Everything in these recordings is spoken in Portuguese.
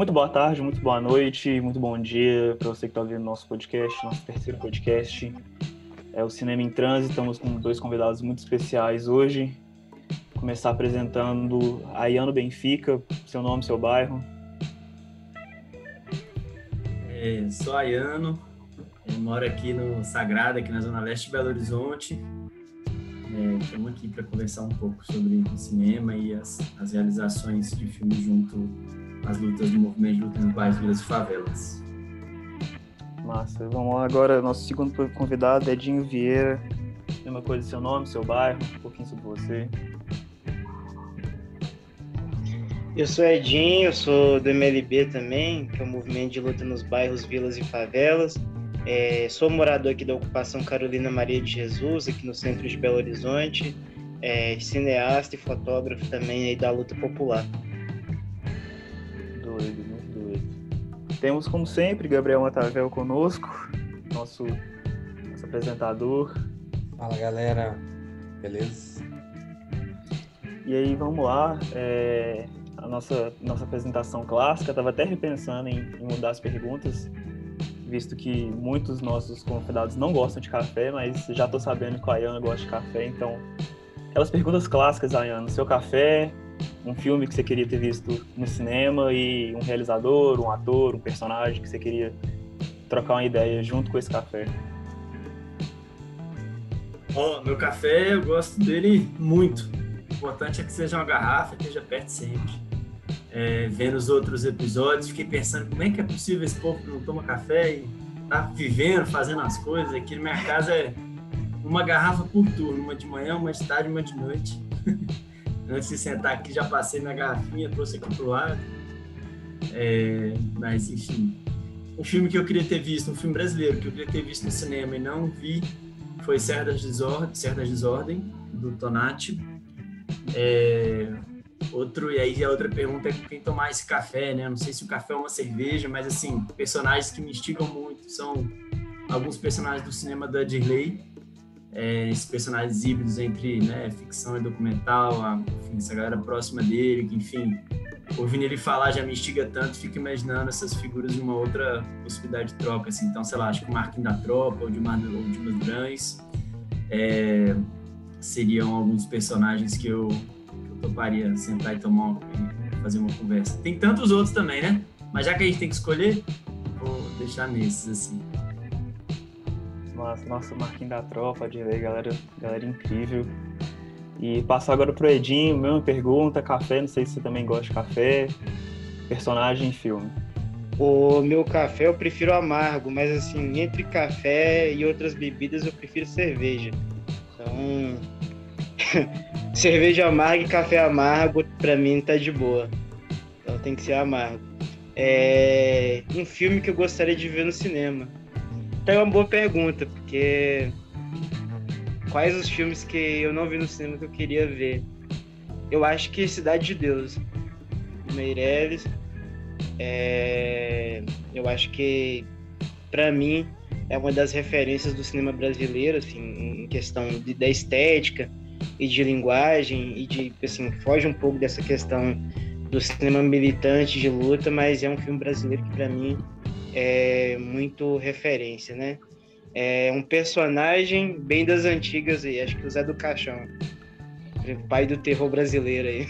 Muito boa tarde, muito boa noite, muito bom dia para você que está ouvindo nosso podcast, nosso terceiro podcast. É o Cinema em Trânsito. Estamos com dois convidados muito especiais hoje. Vou começar apresentando a Ayano Benfica, seu nome, seu bairro. Sou Ayano, moro aqui no Sagrada, aqui na Zona Leste de Belo Horizonte. Estamos aqui para conversar um pouco sobre o cinema e as realizações de filmes junto às lutas do movimento de luta nos bairros, vilas e favelas. Massa. Vamos lá agora, nosso segundo convidado é Edinho Vieira. Mesma coisa, seu nome, seu bairro, um pouquinho sobre você. Eu sou Edinho, eu sou do MLB também, que é o Movimento de Luta nos Bairros, Vilas e Favelas. Sou morador aqui da Ocupação Carolina Maria de Jesus, aqui no centro de Belo Horizonte. Cineasta e fotógrafo também aí da luta popular. Doido, muito doido. Temos, como sempre, Gabriel Matavel conosco, nosso apresentador. Fala, galera, beleza? E aí, vamos lá. A nossa apresentação clássica, estava até repensando em mudar as perguntas, visto que muitos nossos convidados não gostam de café, mas já estou sabendo que a Ayana gosta de café, então aquelas perguntas clássicas, Ayana: seu café, um filme que você queria ter visto no cinema e um realizador, um ator, um personagem que você queria trocar uma ideia junto com esse café. Meu café, eu gosto dele muito. O importante é que seja uma garrafa, que esteja perto sempre. Vendo os outros episódios, fiquei pensando como é que é possível esse povo que não toma café e tá vivendo, fazendo as coisas. Aqui na minha casa é uma garrafa por turno, uma de manhã, uma de tarde, uma de noite. Antes de sentar aqui, já passei minha garrafinha, trouxe aqui pro lado. Mas, enfim, um filme que eu queria ter visto, um filme brasileiro que eu queria ter visto no cinema e não vi, foi Serra da Desordem, do Tonati. E aí a outra pergunta é quem tomar esse café, né? Não sei se o café é uma cerveja, mas assim, personagens que me instigam muito são alguns personagens do cinema do Edirley, esses personagens híbridos entre, né, ficção e documental, enfim, essa galera próxima dele, que, enfim, ouvindo ele falar já me instiga tanto, fico imaginando essas figuras de uma outra possibilidade de troca, assim. Então, sei lá, acho que o Marquinhos da Tropa ou de Dimas Drães seriam alguns personagens que eu toparia sentar e fazer uma conversa. Tem tantos outros também, né? Mas já que a gente tem que escolher, vou deixar nesses, assim. Nossa, Marquinhos da Tropa, de ver, galera incrível. E passo agora pro Edinho, mesma pergunta, café, não sei se você também gosta de café, personagem e filme. O meu café eu prefiro amargo, mas assim, entre café e outras bebidas eu prefiro cerveja. Então, cerveja amarga e café amargo, pra mim, tá de boa. Então tem que ser amargo. Um filme que eu gostaria de ver no cinema. Então é uma boa pergunta, porque quais os filmes que eu não vi no cinema que eu queria ver? Eu acho que Cidade de Deus, Meirelles. Eu acho que, pra mim, é uma das referências do cinema brasileiro, assim, em questão da estética e de linguagem, e de, assim, foge um pouco dessa questão do cinema militante de luta, mas é um filme brasileiro que, para mim, é muito referência, né? É um personagem bem das antigas aí, acho que o Zé do Caixão, o pai do terror brasileiro aí.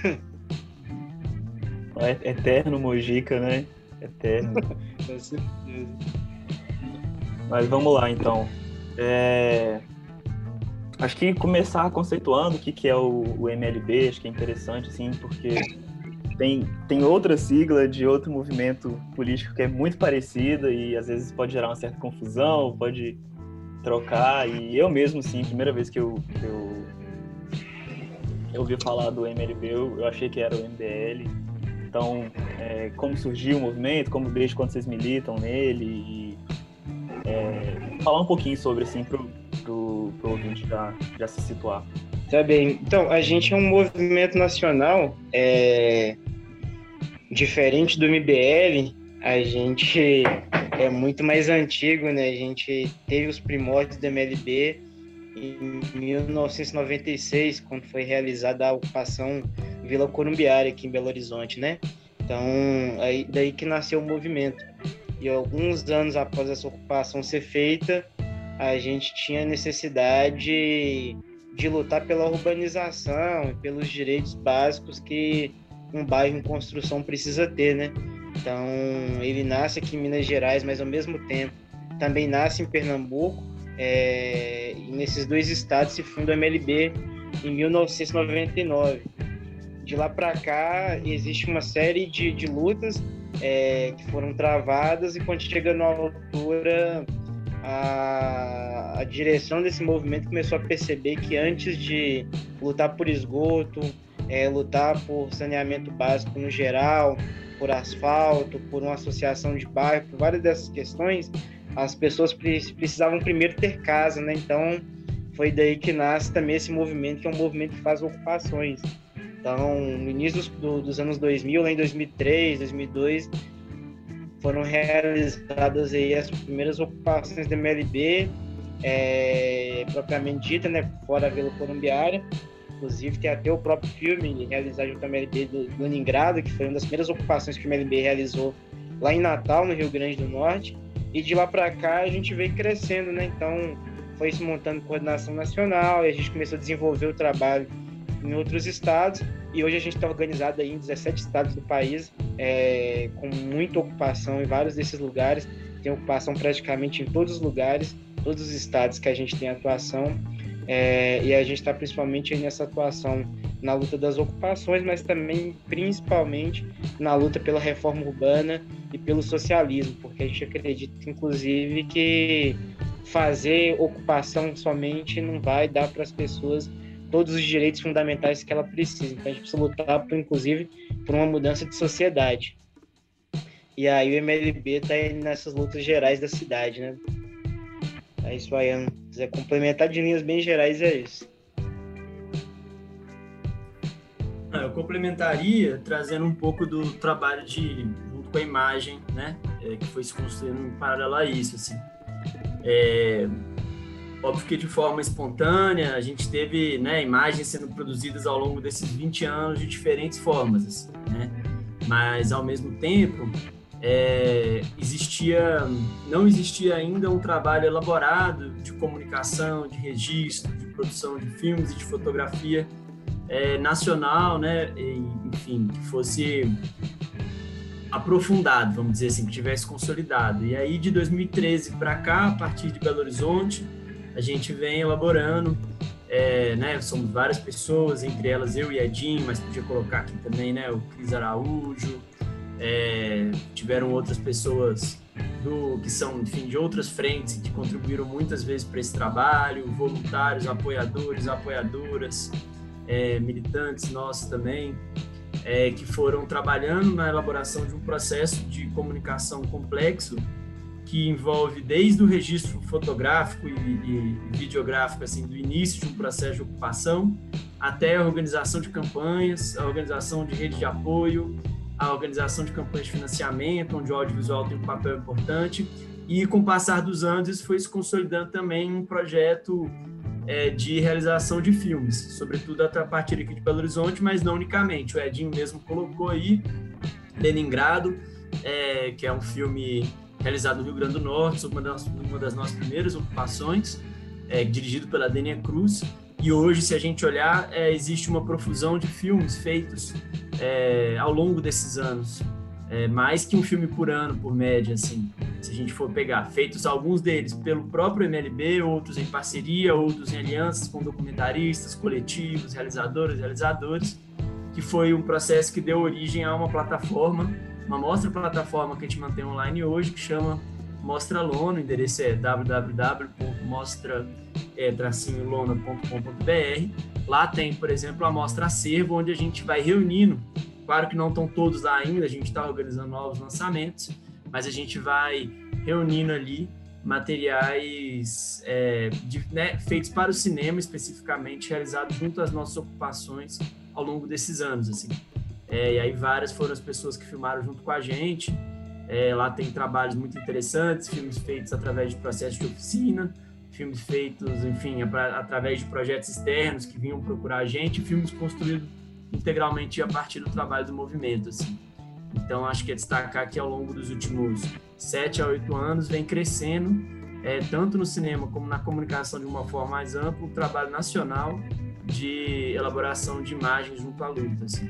Eterno Mojica, né? Eterno. Com certeza. Mas vamos lá, então. Acho que começar conceituando o que é o MLB, acho que é interessante, assim, porque tem outra sigla de outro movimento político que é muito parecida e às vezes pode gerar uma certa confusão, pode trocar. E eu mesmo, assim, primeira vez que eu ouvi falar do MLB, eu achei que era o MBL. Então, como surgiu o movimento, desde quando vocês militam nele, e falar um pouquinho sobre, assim, pro ouvinte já se situar. Tá bem. Então, a gente é um movimento nacional, diferente do MBL, a gente é muito mais antigo, né? A gente teve os primórdios do MLB em 1996, quando foi realizada a ocupação Vila Corumbiara aqui em Belo Horizonte, né? Então, daí que nasceu o movimento. E alguns anos após essa ocupação ser feita, a gente tinha necessidade de lutar pela urbanização e pelos direitos básicos que um bairro em construção precisa ter, né? Então, ele nasce aqui em Minas Gerais, mas ao mesmo tempo também nasce em Pernambuco, e nesses dois estados se funda o MLB em 1999. De lá para cá, existe uma série de lutas que foram travadas, e quando chega na altura, a direção desse movimento começou a perceber que antes de lutar por esgoto, lutar por saneamento básico no geral, por asfalto, por uma associação de bairro, por várias dessas questões, as pessoas precisavam primeiro ter casa, né? Então, foi daí que nasce também esse movimento, que é um movimento que faz ocupações. Então, no início dos anos 2000, lá em 2003, 2002, foram realizadas aí as primeiras ocupações da MLB, propriamente dita, né, fora a Vila Columbiária. Inclusive, tem até o próprio filme realizado junto à MLB do Leningrado, que foi uma das primeiras ocupações que o MLB realizou lá em Natal, no Rio Grande do Norte. E de lá para cá, a gente veio crescendo, né? Então, foi se montando coordenação nacional, e a gente começou a desenvolver o trabalho em outros estados, e hoje a gente está organizado aí em 17 estados do país, com muita ocupação em vários desses lugares. Tem ocupação praticamente em todos os lugares, todos os estados que a gente tem atuação, e a gente está principalmente aí nessa atuação na luta das ocupações, mas também principalmente na luta pela reforma urbana e pelo socialismo, porque a gente acredita, inclusive, que fazer ocupação somente não vai dar para as pessoas todos os direitos fundamentais que ela precisa. Então a gente precisa lutar, inclusive, por uma mudança de sociedade. E aí o MLB está nessas lutas gerais da cidade, né? É isso aí, se quiser complementar de linhas bem gerais, é isso. Eu complementaria trazendo um pouco do trabalho junto com a imagem, né? Que foi se construindo em paralelo a isso, assim. Óbvio que de forma espontânea, a gente teve, né, imagens sendo produzidas ao longo desses 20 anos de diferentes formas, assim, né? Mas, ao mesmo tempo, não existia ainda um trabalho elaborado de comunicação, de registro, de produção de filmes e de fotografia nacional, né? Enfim, que fosse aprofundado, vamos dizer assim, que tivesse consolidado. E aí, de 2013 para cá, a partir de Belo Horizonte, a gente vem elaborando, né? Somos várias pessoas, entre elas eu e Edinho, mas podia colocar aqui também, né, o Cris Araújo, tiveram outras pessoas que são, enfim, de outras frentes, que contribuíram muitas vezes para esse trabalho, voluntários, apoiadores, apoiadoras, militantes nossos também, que foram trabalhando na elaboração de um processo de comunicação complexo, que envolve desde o registro fotográfico e videográfico, assim, do início de um processo de ocupação, até a organização de campanhas, a organização de rede de apoio, a organização de campanhas de financiamento, onde o audiovisual tem um papel importante, e com o passar dos anos isso foi se consolidando também em um projeto de realização de filmes, sobretudo a partir aqui de Belo Horizonte, mas não unicamente. O Edinho mesmo colocou aí Leningrado, que é um filme realizado no Rio Grande do Norte, sobre uma das nossas primeiras ocupações, dirigido pela Dênia Cruz. E hoje, se a gente olhar, existe uma profusão de filmes feitos ao longo desses anos, mais que um filme por ano, por média, assim, se a gente for pegar, feitos alguns deles pelo próprio MLB, outros em parceria, outros em alianças com documentaristas, coletivos, realizadores, que foi um processo que deu origem a uma plataforma, uma mostra-plataforma que a gente mantém online hoje, que chama Mostra Lona. O endereço é www.mostra-lona.com.br. Lá tem, por exemplo, a Mostra Acervo, onde a gente vai reunindo, claro que não estão todos lá ainda, a gente está organizando novos lançamentos, mas a gente vai reunindo ali materiais feitos para o cinema, especificamente, realizados junto às nossas ocupações ao longo desses anos, assim. E aí várias foram as pessoas que filmaram junto com a gente. Lá tem trabalhos muito interessantes, filmes feitos através de processos de oficina, filmes feitos, enfim, através de projetos externos que vinham procurar a gente, filmes construídos integralmente a partir do trabalho do movimento, assim. Então, acho que é destacar que ao longo dos últimos 7 a 8 anos vem crescendo, tanto no cinema como na comunicação de uma forma mais ampla, o trabalho nacional de elaboração de imagens junto à luta, assim.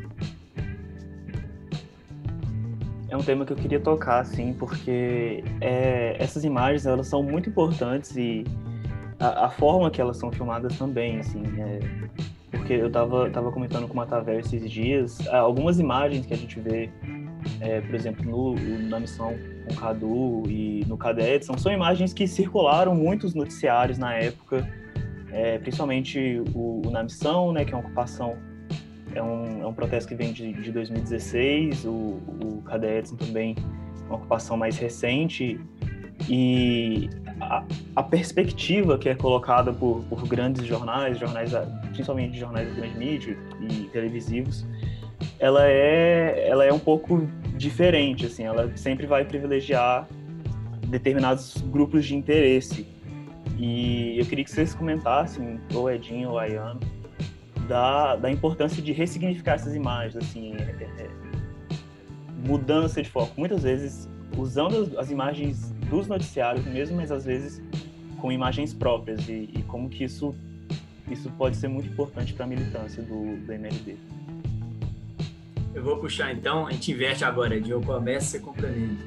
É um tema que eu queria tocar, assim, porque essas imagens, elas são muito importantes e a forma que elas são filmadas também, assim, porque eu tava comentando com o Mataver esses dias, algumas imagens que a gente vê, por exemplo, na Missão com o Cadu e no Cadê Edson, são imagens que circularam muitos noticiários na época, principalmente o Na Missão, né, que é uma ocupação, é um protesto que vem de 2016, o Cadê Edson também, uma ocupação mais recente, e a perspectiva que é colocada por grandes jornais, principalmente jornais de grande mídia e televisivos, ela é um pouco diferente, assim, ela sempre vai privilegiar determinados grupos de interesse. E eu queria que vocês comentassem, ou Edinho ou Ayano, da importância de ressignificar essas imagens, assim, mudança de foco. Muitas vezes usando as imagens dos noticiários mesmo, mas às vezes com imagens próprias, e como que isso pode ser muito importante para a militância do MLB. Eu vou puxar então, a gente inverte agora, Edinho, eu começo, você complementa.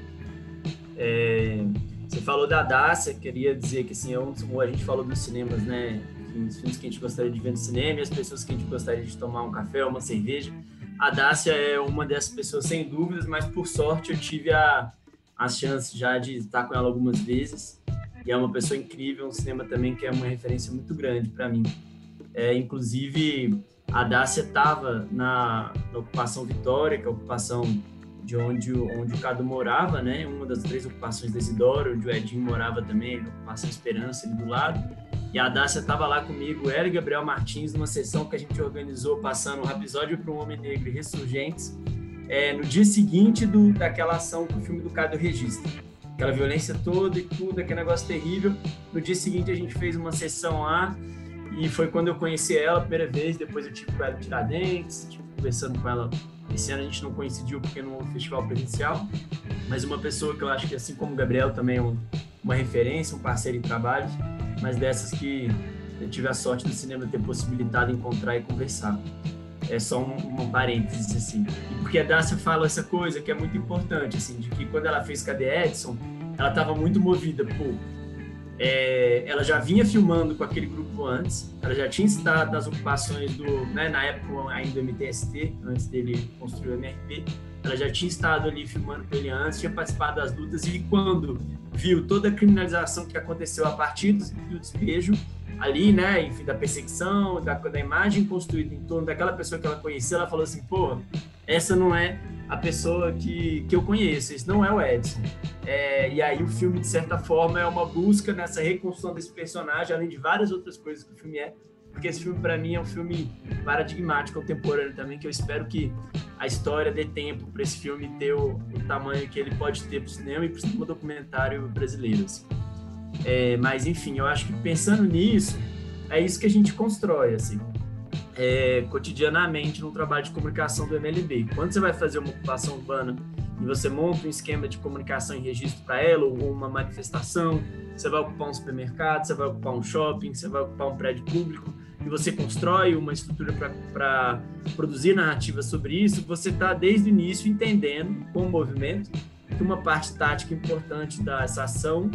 Você falou da Dácia, queria dizer que assim, a gente falou dos cinemas, né? Os filmes que a gente gostaria de ver no cinema e as pessoas que a gente gostaria de tomar um café ou uma cerveja. A Dácia é uma dessas pessoas, sem dúvidas, mas por sorte eu tive as chances já de estar com ela algumas vezes. E é uma pessoa incrível, um cinema também que é uma referência muito grande para mim. Inclusive, a Dácia estava na Ocupação Vitória, que é a ocupação de onde o Cadu morava, né? Uma das 3 ocupações da Isidoro, onde o Edinho morava também, na Ocupação Esperança, ali do lado. E a Dácia estava lá comigo, ela e Gabriel Martins, numa sessão que a gente organizou, passando um episódio para um Homem Negro e Ressurgentes, no dia seguinte daquela ação que o filme do Cadu registra. Aquela violência toda e tudo, aquele negócio terrível. No dia seguinte a gente fez uma sessão lá, e foi quando eu conheci ela a primeira vez. Depois eu tive com ela em Tiradentes, conversando com ela. Esse ano a gente não coincidiu porque não houve festival presencial, mas uma pessoa que eu acho que, assim como o Gabriel, também é uma referência, um parceiro em trabalhos, mas dessas que eu tive a sorte do cinema ter possibilitado encontrar e conversar. É só um parênteses, assim. E porque a Dácia fala essa coisa que é muito importante, assim, de que quando ela fez Cadê Edson, ela estava muito movida por... ela já vinha filmando com aquele grupo antes, ela já tinha estado nas ocupações na época ainda do MTST, antes dele construir o MRP, ela já tinha estado ali filmando com ele antes, tinha participado das lutas, e quando viu toda a criminalização que aconteceu a partir do despejo ali, né, enfim, da perseguição, da imagem construída em torno daquela pessoa que ela conhecia, ela falou assim, pô, essa não é a pessoa que eu conheço, esse não é o Edson. E aí o filme, de certa forma, é uma busca nessa reconstrução desse personagem, além de várias outras coisas que o filme porque esse filme, para mim, é um filme paradigmático, contemporâneo também, que eu espero que a história dê tempo para esse filme ter o tamanho que ele pode ter para o cinema e para o cinema documentário brasileiro. Assim. Mas, enfim, eu acho que pensando nisso, é isso que a gente constrói, assim, cotidianamente no trabalho de comunicação do MLB. Quando você vai fazer uma ocupação urbana e você monta um esquema de comunicação e registro para ela, ou uma manifestação, você vai ocupar um supermercado, você vai ocupar um shopping, você vai ocupar um prédio público, e você constrói uma estrutura para produzir narrativa sobre isso, você está desde o início entendendo, com o movimento, que uma parte tática importante dessa ação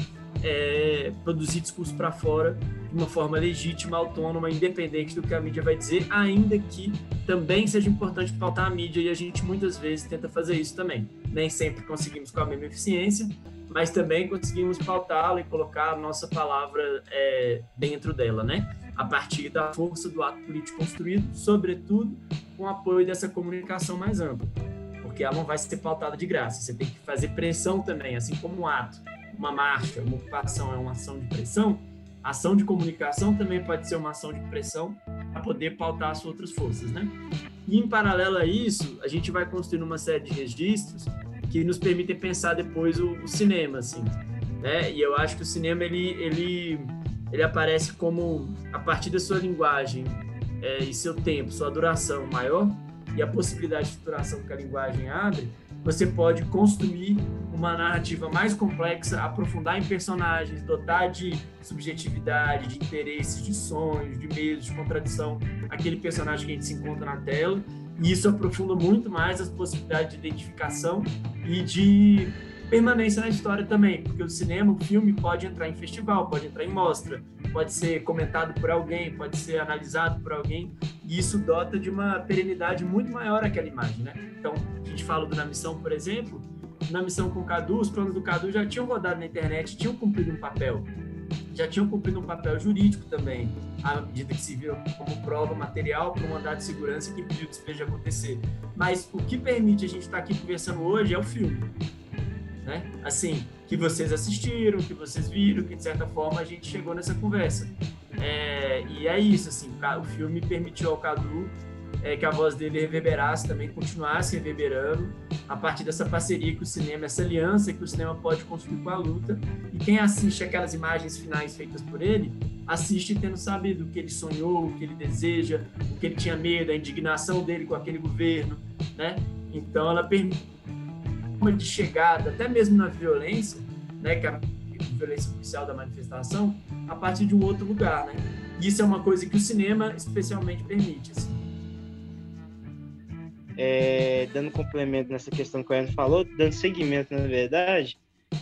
é produzir discurso para fora de uma forma legítima, autônoma, independente do que a mídia vai dizer, ainda que também seja importante pautar a mídia, e a gente muitas vezes tenta fazer isso também. Nem sempre conseguimos com a mesma eficiência, mas também conseguimos pautá-la e colocar a nossa palavra dentro dela, né? A partir da força do ato político construído, sobretudo com o apoio dessa comunicação mais ampla, porque ela não vai ser pautada de graça, você tem que fazer pressão também, assim como um ato, uma marcha, uma ocupação é uma ação de pressão, a ação de comunicação também pode ser uma ação de pressão para poder pautar as outras forças, né? E em paralelo a isso, a gente vai construindo uma série de registros que nos permitem pensar depois o cinema, assim, né? E eu acho que o cinema, ele aparece como, a partir da sua linguagem e seu tempo, sua duração maior, e a possibilidade de estruturação que a linguagem abre, você pode construir uma narrativa mais complexa, aprofundar em personagens, dotar de subjetividade, de interesses, de sonhos, de medos, de contradição, aquele personagem que a gente se encontra na tela, e isso aprofunda muito mais as possibilidades de identificação e de permanência na história também, porque o cinema, o filme pode entrar em festival, pode entrar em mostra, pode ser comentado por alguém, pode ser analisado por alguém, e isso dota de uma perenidade muito maior aquela imagem, né? Então, a gente fala do Na Missão, por exemplo, Na Missão com o Cadu, os planos do Cadu já tinham rodado na internet, tinham cumprido um papel, já tinham cumprido um papel jurídico também, à medida que se viu como prova material para um mandado de segurança que impediu o despejo de acontecer. Mas o que permite a gente estar aqui conversando hoje é o filme, né? Assim, que vocês assistiram, que vocês viram, que de certa forma a gente chegou nessa conversa. E é isso, assim, o filme permitiu ao Cadu que a voz dele reverberasse também, continuasse reverberando a partir dessa parceria com o cinema, essa aliança que o cinema pode construir com a luta. E quem assiste aquelas imagens finais feitas por ele, assiste tendo sabido o que ele sonhou, o que ele deseja, o que ele tinha medo, a indignação dele com aquele governo, né? Então ela permite uma de chegada, até mesmo na violência, né, que é a violência policial da manifestação, a partir de um outro lugar, né? E isso é uma coisa que o cinema especialmente permite, assim. Dando complemento nessa questão que o Ian falou, dando seguimento, na verdade,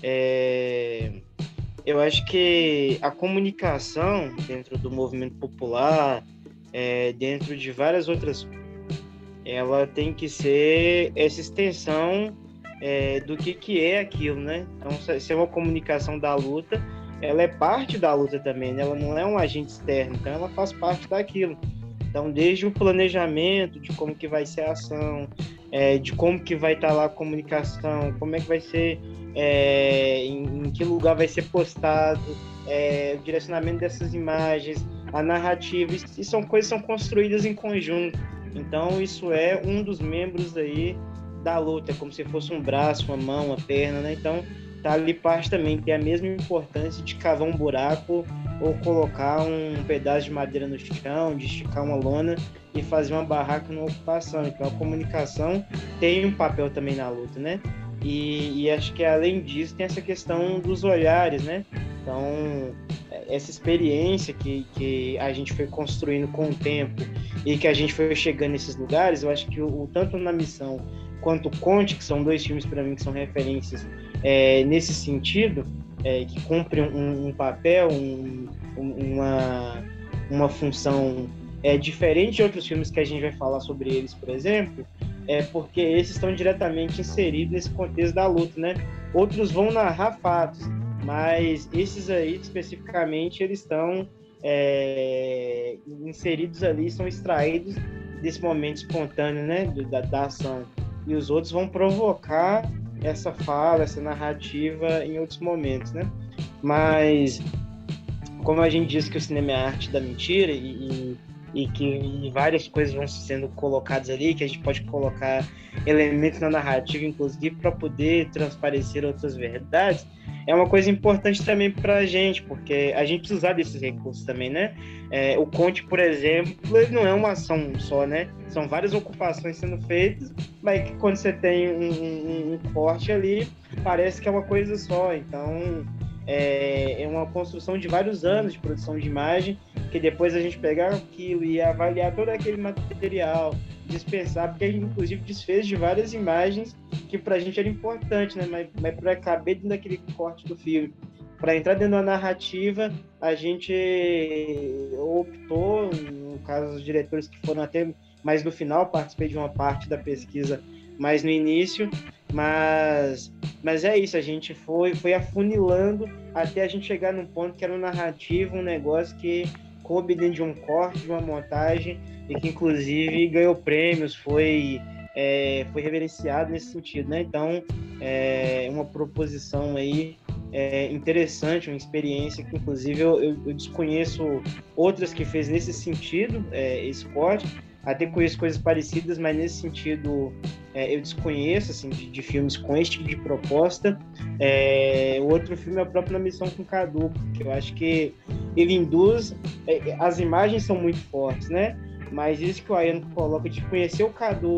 eu acho que a comunicação dentro do movimento popular, dentro de várias outras, ela tem que ser essa extensão do que é aquilo, né? Então, se é uma comunicação da luta, ela é parte da luta também, né? Ela não é um agente externo, então ela faz parte daquilo. Então, desde o planejamento de como que vai ser a ação, de como que vai estar lá a comunicação, como é que vai ser, em que lugar vai ser postado, o direcionamento dessas imagens, a narrativa, e são coisas que são construídas em conjunto. Então, isso é um dos membros aí da luta, como se fosse um braço, uma mão, uma perna, né? Então, tá ali parte também, tem a mesma importância de cavar um buraco ou colocar um pedaço de madeira no chão, de esticar uma lona e fazer uma barraca numa ocupação. Então, a comunicação tem um papel também na luta, né? E acho que, além disso, tem essa questão dos olhares, né? Então, essa experiência que a gente foi construindo com o tempo e que a gente foi chegando nesses lugares, eu acho que tanto Na Missão quanto o Conte, que são dois filmes para mim que são referências nesse sentido, que cumprem um papel, uma função diferente de outros filmes que a gente vai falar sobre eles, por exemplo, porque esses estão diretamente inseridos nesse contexto da luta, né? Outros vão narrar fatos, mas esses aí, especificamente, eles estão inseridos ali, são extraídos desse momento espontâneo, né? Da ação. E os outros vão provocar essa fala, essa narrativa em outros momentos, né? Mas, como a gente diz que o cinema é a arte da mentira e que várias coisas vão sendo colocadas ali, que a gente pode colocar elementos na narrativa, inclusive, para poder transparecer outras verdades, é uma coisa importante também para a gente, porque a gente precisa usar desses recursos também, né? O Conte, por exemplo, ele não é uma ação só, né? São várias ocupações sendo feitas, mas que quando você tem um corte ali, parece que é uma coisa só. Então, é uma construção de vários anos de produção de imagem, que depois a gente pegar aquilo e avaliar todo aquele material, dispensar, porque a gente, inclusive, desfez de várias imagens que para a gente era importante, né? Mas para caber dentro daquele corte do filme, para entrar dentro da narrativa, a gente optou, no caso dos diretores que foram até mais no final, participei de uma parte da pesquisa mais no início, mas é isso, a gente foi afunilando até a gente chegar num ponto que era uma narrativa, um negócio que coube dentro de um corte, de uma montagem, e que inclusive ganhou prêmios, foi reverenciado nesse sentido, né? Então, uma proposição aí interessante, uma experiência que inclusive eu desconheço outras que fez nesse sentido, esse corte. Até conheço coisas parecidas, mas nesse sentido eu desconheço, assim, de filmes com esse tipo de proposta. O outro filme é o próprio Na Missão com o Cadu, porque eu acho que ele induz... as imagens são muito fortes, né? Mas isso que o Ayano coloca de conhecer o Cadu,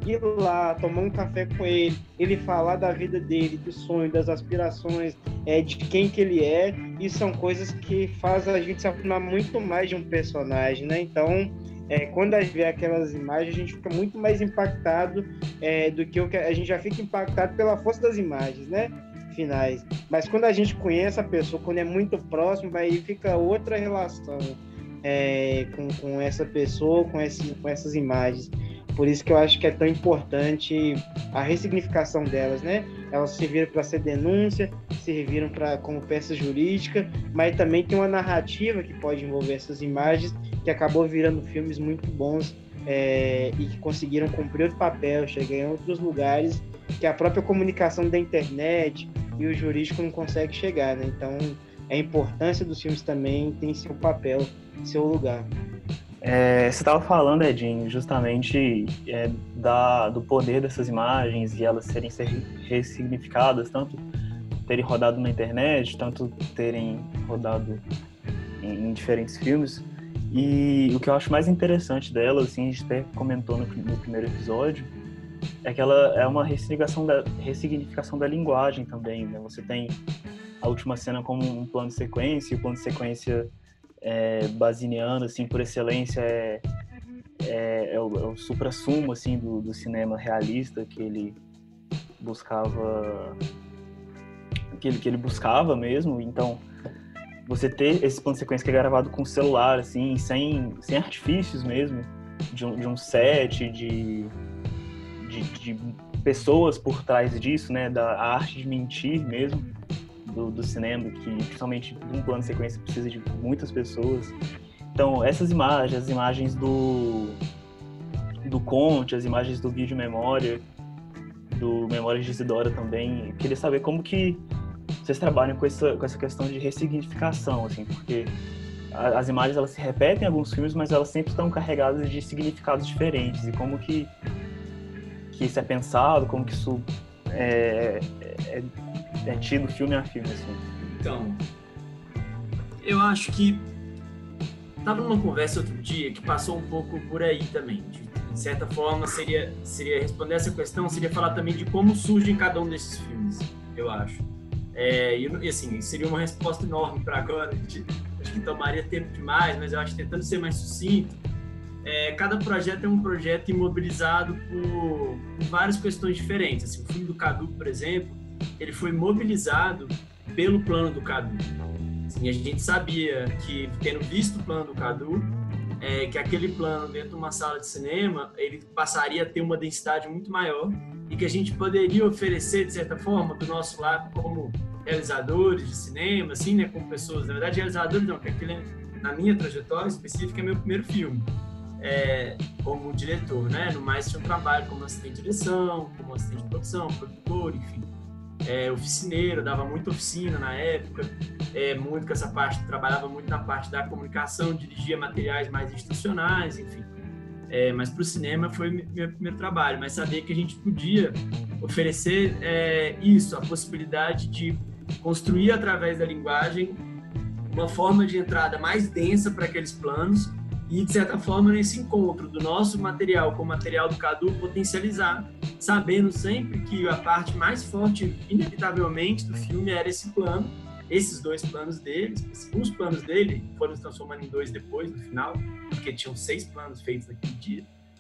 ir lá, tomar um café com ele falar da vida dele, do sonho, das aspirações, de quem que ele é, e são coisas que fazem a gente se aproximar muito mais de um personagem, né? Então, quando a gente vê aquelas imagens, a gente fica muito mais impactado do que a gente já fica impactado pela força das imagens, né? Finais. Mas quando a gente conhece a pessoa, quando é muito próximo, aí fica outra relação com essa pessoa, com essas imagens. Por isso que eu acho que é tão importante a ressignificação delas, né? Elas serviram para ser denúncia, serviram como peça jurídica, mas também tem uma narrativa que pode envolver essas imagens, que acabou virando filmes muito bons e que conseguiram cumprir outro papel, chegar em outros lugares que a própria comunicação da internet e o jurídico não consegue chegar, né? Então, a importância dos filmes também tem seu papel, seu lugar. Você estava falando, Edinho, justamente do poder dessas imagens e elas serem ressignificadas, tanto terem rodado na internet, tanto terem rodado em diferentes filmes. E o que eu acho mais interessante delas, assim, a gente até comentou no primeiro episódio, é que ela é uma ressignificação da linguagem também, né? Você tem a última cena como um plano de sequência, e o plano de sequência basiniano, assim, por excelência, é o suprassumo, assim, do cinema realista que ele buscava, que ele buscava mesmo. Então, você ter esse plano de sequência que é gravado com celular, assim, sem artifícios mesmo, de um set, de pessoas por trás disso, né, da arte de mentir mesmo, do cinema, que principalmente de um plano de sequência precisa de muitas pessoas. Então, essas imagens, as imagens do Conte, as imagens do vídeo memória, do Memórias de Isidora também, eu queria saber como que vocês trabalham com essa questão de ressignificação, assim, porque as imagens, elas se repetem em alguns filmes, mas elas sempre estão carregadas de significados diferentes, e como que isso é pensado, como que isso é tido filme a filme, assim. Então, eu acho que estava numa conversa outro dia que passou um pouco por aí também. De certa forma, seria responder essa questão, seria falar também de como surge cada um desses filmes, eu acho. E assim, seria uma resposta enorme para agora. Acho que tomaria tempo demais, mas eu acho que tentando ser mais sucinto, cada projeto é um projeto imobilizado por várias questões diferentes. Assim, o filme do Cadu, por exemplo, ele foi mobilizado pelo plano do Cadu. Assim, a gente sabia que, tendo visto o plano do Cadu, que aquele plano dentro de uma sala de cinema, ele passaria a ter uma densidade muito maior e que a gente poderia oferecer, de certa forma, do nosso lado, como realizadores de cinema, assim, né, como pessoas, na verdade, realizadores não, porque aquele, na minha trajetória específica, é meu primeiro filme. Como diretor, né? No mais tinha um trabalho como assistente de direção, como assistente de produção, produtor, enfim. Oficineiro, dava muita oficina na época, muito com essa parte, trabalhava muito na parte da comunicação, dirigia materiais mais institucionais, enfim. Mas para o cinema foi meu primeiro trabalho, mas sabia que a gente podia oferecer isso, a possibilidade de construir através da linguagem uma forma de entrada mais densa para aqueles planos e, de certa forma, nesse encontro do nosso material com o material do Cadu, potencializar, sabendo sempre que a parte mais forte, inevitavelmente, do filme era esse plano, esses dois planos deles. Os planos dele foram se transformando em dois depois, no final, porque tinham 6 planos feitos naquele dia,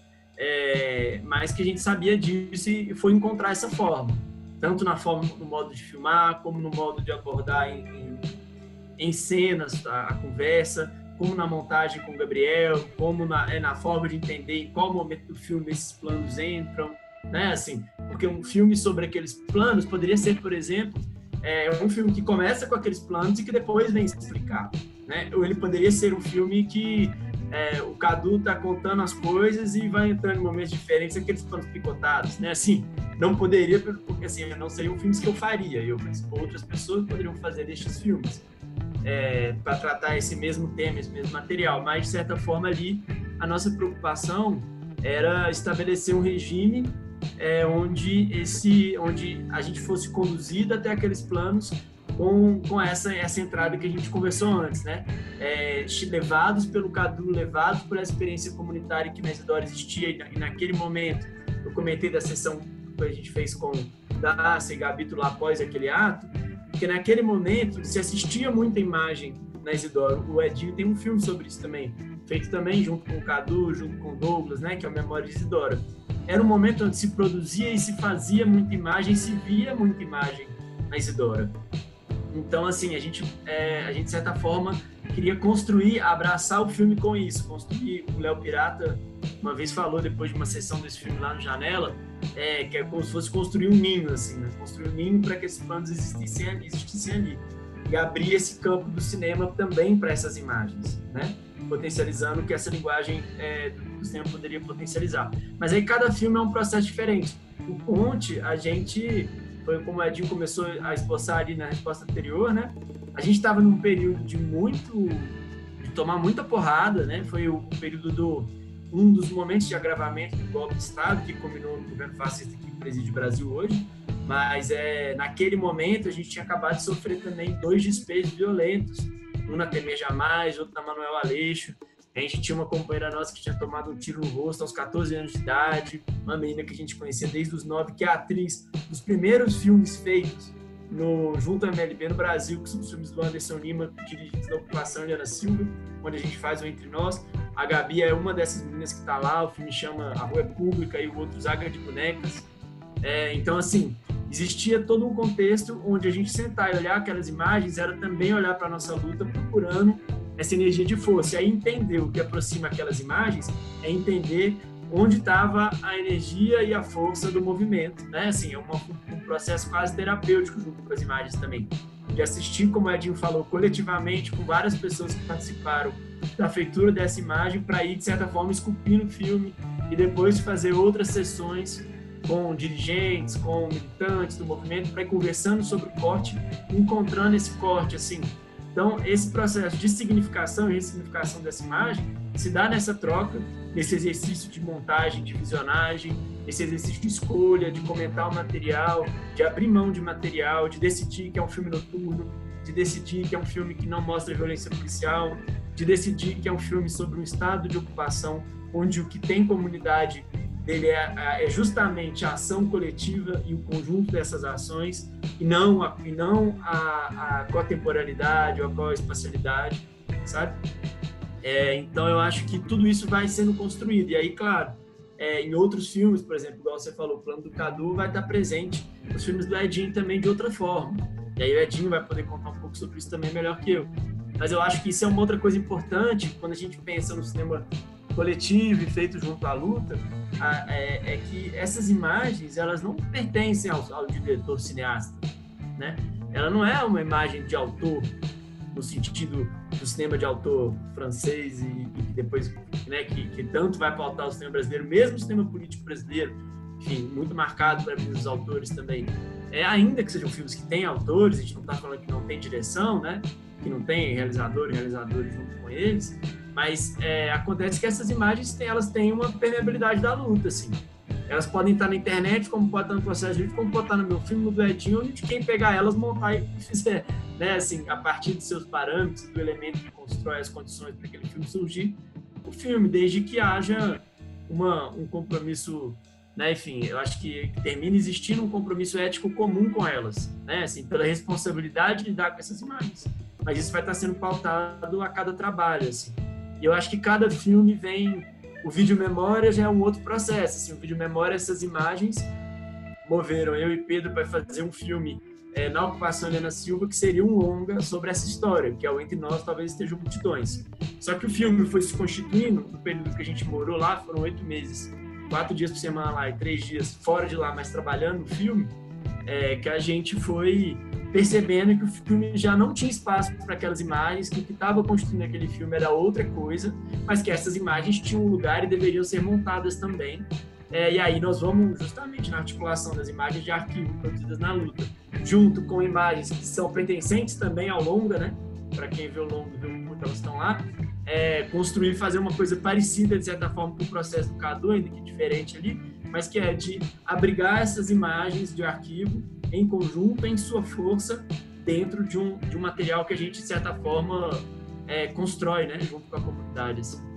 mas que a gente sabia disso e foi encontrar essa forma, tanto no modo de filmar, como no modo de abordar em cenas a conversa, como na montagem com o Gabriel, como na forma de entender em qual momento do filme esses planos entram, né? Assim, porque um filme sobre aqueles planos poderia ser, por exemplo, um filme que começa com aqueles planos e que depois vem explicar, né? Ou ele poderia ser um filme que o Cadu está contando as coisas e vai entrando em momentos diferentes, aqueles planos picotados, né? Assim, não poderia, porque assim, não seriam filmes que eu faria, mas outras pessoas poderiam fazer estes filmes. Para tratar esse mesmo tema, esse mesmo material, mas de certa forma ali a nossa preocupação era estabelecer um regime onde a gente fosse conduzido até aqueles planos com essa entrada que a gente conversou antes, né? Levados pelo Cadu, levados por essa experiência comunitária que na Isidora existia e naquele momento eu comentei da sessão que a gente fez com Darcy e Gabito lá após aquele ato, porque naquele momento se assistia muita imagem na Isidoro. O Edinho tem um filme sobre isso também, feito também junto com o Cadu, junto com o Douglas, né, que é o Memória de Isidoro. Era um momento onde se produzia e se fazia muita imagem, se via muita imagem na Isidora. Então, assim, a gente, de certa forma, queria construir, abraçar o filme com isso. Construir, o Léo Pirata, uma vez falou, depois de uma sessão desse filme lá no Janela, que é como se fosse construir um ninho, assim, né? Construir um ninho para que esses planos existissem ali. E abrir esse campo do cinema também para essas imagens, né? Potencializando o que essa linguagem do cinema poderia potencializar. Mas aí cada filme é um processo diferente. O Ponte, a gente... Foi como o Edinho começou a esboçar ali na resposta anterior, né? A gente estava num período de tomar muita porrada, né? Foi o período um dos momentos de agravamento do golpe de Estado, que culminou no governo fascista que preside o Brasil hoje. Mas naquele momento a gente tinha acabado de sofrer também 2 despejos violentos, um na Temer Jamais, outro na Manuel Aleixo. A gente tinha uma companheira nossa que tinha tomado um tiro no rosto aos 14 anos de idade, uma menina que a gente conhecia desde os 9, que é atriz dos primeiros filmes feitos junto à MLB no Brasil, que são os filmes do Anderson Lima, dirigidos da Ocupação Eliana Silva, onde a gente faz o Entre Nós. A Gabi é uma dessas meninas que está lá, o filme chama A Rua é Pública e o outro Zaga de Bonecas. Então, assim, existia todo um contexto onde a gente sentar e olhar aquelas imagens era também olhar para a nossa luta procurando essa energia de força. E aí entender o que aproxima aquelas imagens é entender onde estava a energia e a força do movimento, né? Assim, é um processo quase terapêutico junto com as imagens também. De assistir, como o Edinho falou, coletivamente, com várias pessoas que participaram da feitura dessa imagem, para ir, de certa forma, esculpindo o filme e depois fazer outras sessões com dirigentes, com militantes do movimento, para ir conversando sobre o corte, encontrando esse corte, assim. Então, esse processo de significação e ressignificação dessa imagem se dá nessa troca, nesse exercício de montagem, de visionagem, esse exercício de escolha, de comentar o material, de abrir mão de material, de decidir que é um filme noturno, de decidir que é um filme que não mostra violência policial, de decidir que é um filme sobre um estado de ocupação, onde o que tem comunidade dele é justamente a ação coletiva e o conjunto dessas ações, e não a cotemporalidade ou a coespacialidade, sabe? Então, eu acho que tudo isso vai sendo construído. E aí, claro, em outros filmes, por exemplo, igual você falou, o Plano do Cadu vai estar presente nos filmes do Edinho também de outra forma. E aí o Edinho vai poder contar um pouco sobre isso também melhor que eu. Mas eu acho que isso é uma outra coisa importante quando a gente pensa no cinema coletivo e feito junto à luta, é que essas imagens, elas não pertencem ao diretor cineasta, né? Ela não é uma imagem de autor, no sentido do cinema de autor francês e depois, né, que tanto vai pautar o cinema brasileiro, mesmo o cinema político brasileiro, enfim, muito marcado para os autores também. Ainda que sejam filmes que têm autores, a gente não está falando que não tem direção, né? Que não tem realizadores junto com eles, mas acontece que essas imagens elas têm uma permeabilidade da luta, assim. Elas podem estar na internet, como pode estar no processo de livro, como pode estar no meu filme, no do Edinho, onde quem pegar elas, montar e fizer, né, assim, a partir de seus parâmetros, do elemento que constrói as condições para aquele filme surgir, o filme, desde que haja um compromisso, né, enfim, eu acho que termina existindo um compromisso ético comum com elas, né, assim, pela responsabilidade de lidar com essas imagens. Mas isso vai estar sendo pautado a cada trabalho, assim. E eu acho que cada filme vem... O vídeo memória já é um outro processo, assim. O vídeo memória, essas imagens moveram eu e Pedro para fazer um filme na Ocupação Eliana Silva, que seria um longa sobre essa história, que é o Entre Nós, Talvez Estejam Multidões. Só que o filme foi se constituindo, no período que a gente morou lá, foram 8 meses, 4 dias por semana lá e 3 dias fora de lá, mas trabalhando no filme, que a gente foi percebendo que o filme já não tinha espaço para aquelas imagens, que o que estava constituindo aquele filme era outra coisa, mas que essas imagens tinham um lugar e deveriam ser montadas também. E aí nós vamos justamente na articulação das imagens de arquivo produzidas na luta, junto com imagens que são pertencentes também ao longa, né? Para quem vê o longa e vê o curto, elas estão lá, construir, fazer uma coisa parecida, de certa forma, com o processo do Cadu, ainda que diferente ali, mas que é de abrigar essas imagens de arquivo em conjunto, em sua força, dentro de um material que a gente, de certa forma, constrói, né, junto com a comunidade. Assim.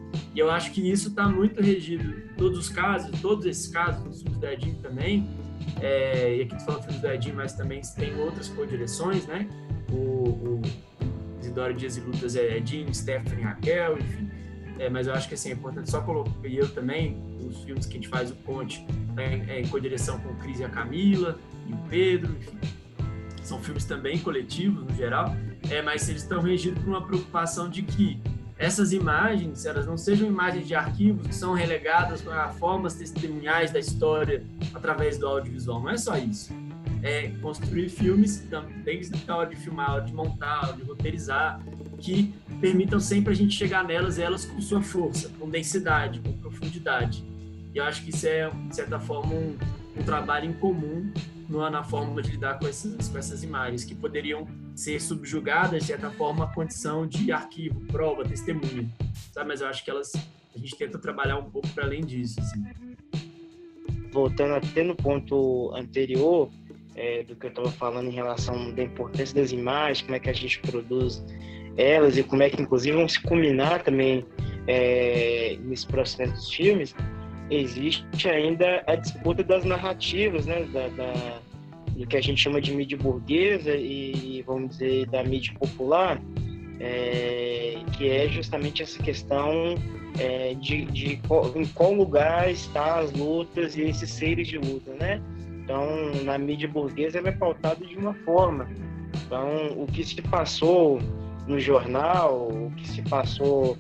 E eu acho que isso está muito regido em todos esses casos, nos filmes da Edinho também, e aqui tu fala filmes da Edinho, mas também tem outras co-direções, né? O Isidoro Dias e Lutas é Edinho, Stephanie, Raquel, enfim. Mas eu acho que assim, é importante só colocar, e eu também, os filmes que a gente faz, o Ponte, em co-direção com o Cris e a Camila, e o Pedro, enfim. São filmes também coletivos, no geral, mas eles estão regidos por uma preocupação de que essas imagens, elas não sejam imagens de arquivos que são relegadas a formas testemunhais da história através do audiovisual. Não é só isso. É construir filmes, desde a hora de filmar, a hora de montar, a hora de roteirizar, que permitam sempre a gente chegar nelas, elas com sua força, com densidade, com profundidade. E eu acho que isso é, de certa forma, um trabalho em comum na forma de lidar com essas imagens, que poderiam ser subjugadas, de certa forma, à condição de arquivo, prova, testemunha, sabe? Mas eu acho que a gente tenta trabalhar um pouco para além disso, assim. Voltando até no ponto anterior, do que eu estava falando em relação da importância das imagens, como é que a gente produz elas e como é que, inclusive, vão se combinar também nesse processo dos filmes, existe ainda a disputa das narrativas, né, do que a gente chama de mídia burguesa e, vamos dizer, da mídia popular, que é justamente essa questão de em qual lugar estão as lutas e esses seres de luta, né? Então, na mídia burguesa, ela é pautada de uma forma. Então, o que se passou no jornal, o que se passou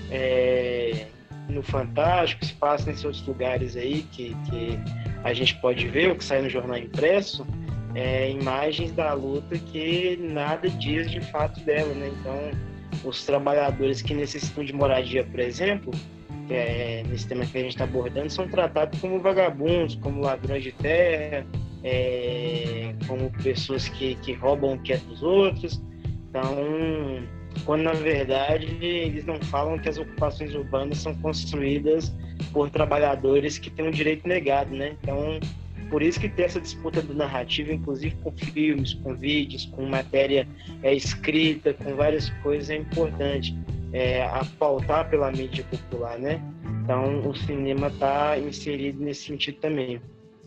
no Fantástico, se passa nesses outros lugares aí que a gente pode ver, o que sai no jornal impresso, imagens da luta que nada diz de fato dela, né? Então, os trabalhadores que necessitam de moradia, por exemplo, nesse tema que a gente está abordando, são tratados como vagabundos, como ladrões de terra, como pessoas que roubam o que é dos outros. Então, quando na verdade eles não falam que as ocupações urbanas são construídas por trabalhadores que têm um direito negado, né? Então, por isso que tem essa disputa do narrativo, inclusive com filmes, com vídeos, com matéria escrita, com várias coisas, é importante a pautar pela mídia popular, né? Então, o cinema está inserido nesse sentido também.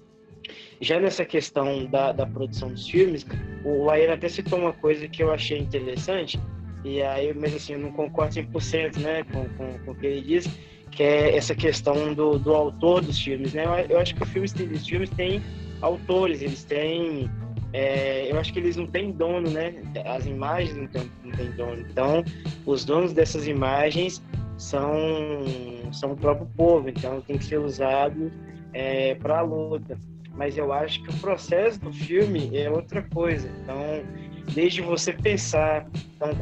Já nessa questão da produção dos filmes, o Laíra até citou uma coisa que eu achei interessante, mas assim, eu não concordo 100%, né, com o que ele diz, que é essa questão do autor dos filmes, né? Eu acho que os filmes têm autores, eles têm... eu acho que eles não têm dono, né? As imagens não têm dono. Então, os donos dessas imagens são o próprio povo, então tem que ser usado para a luta. Mas eu acho que o processo do filme é outra coisa. Então, desde você pensar... Então,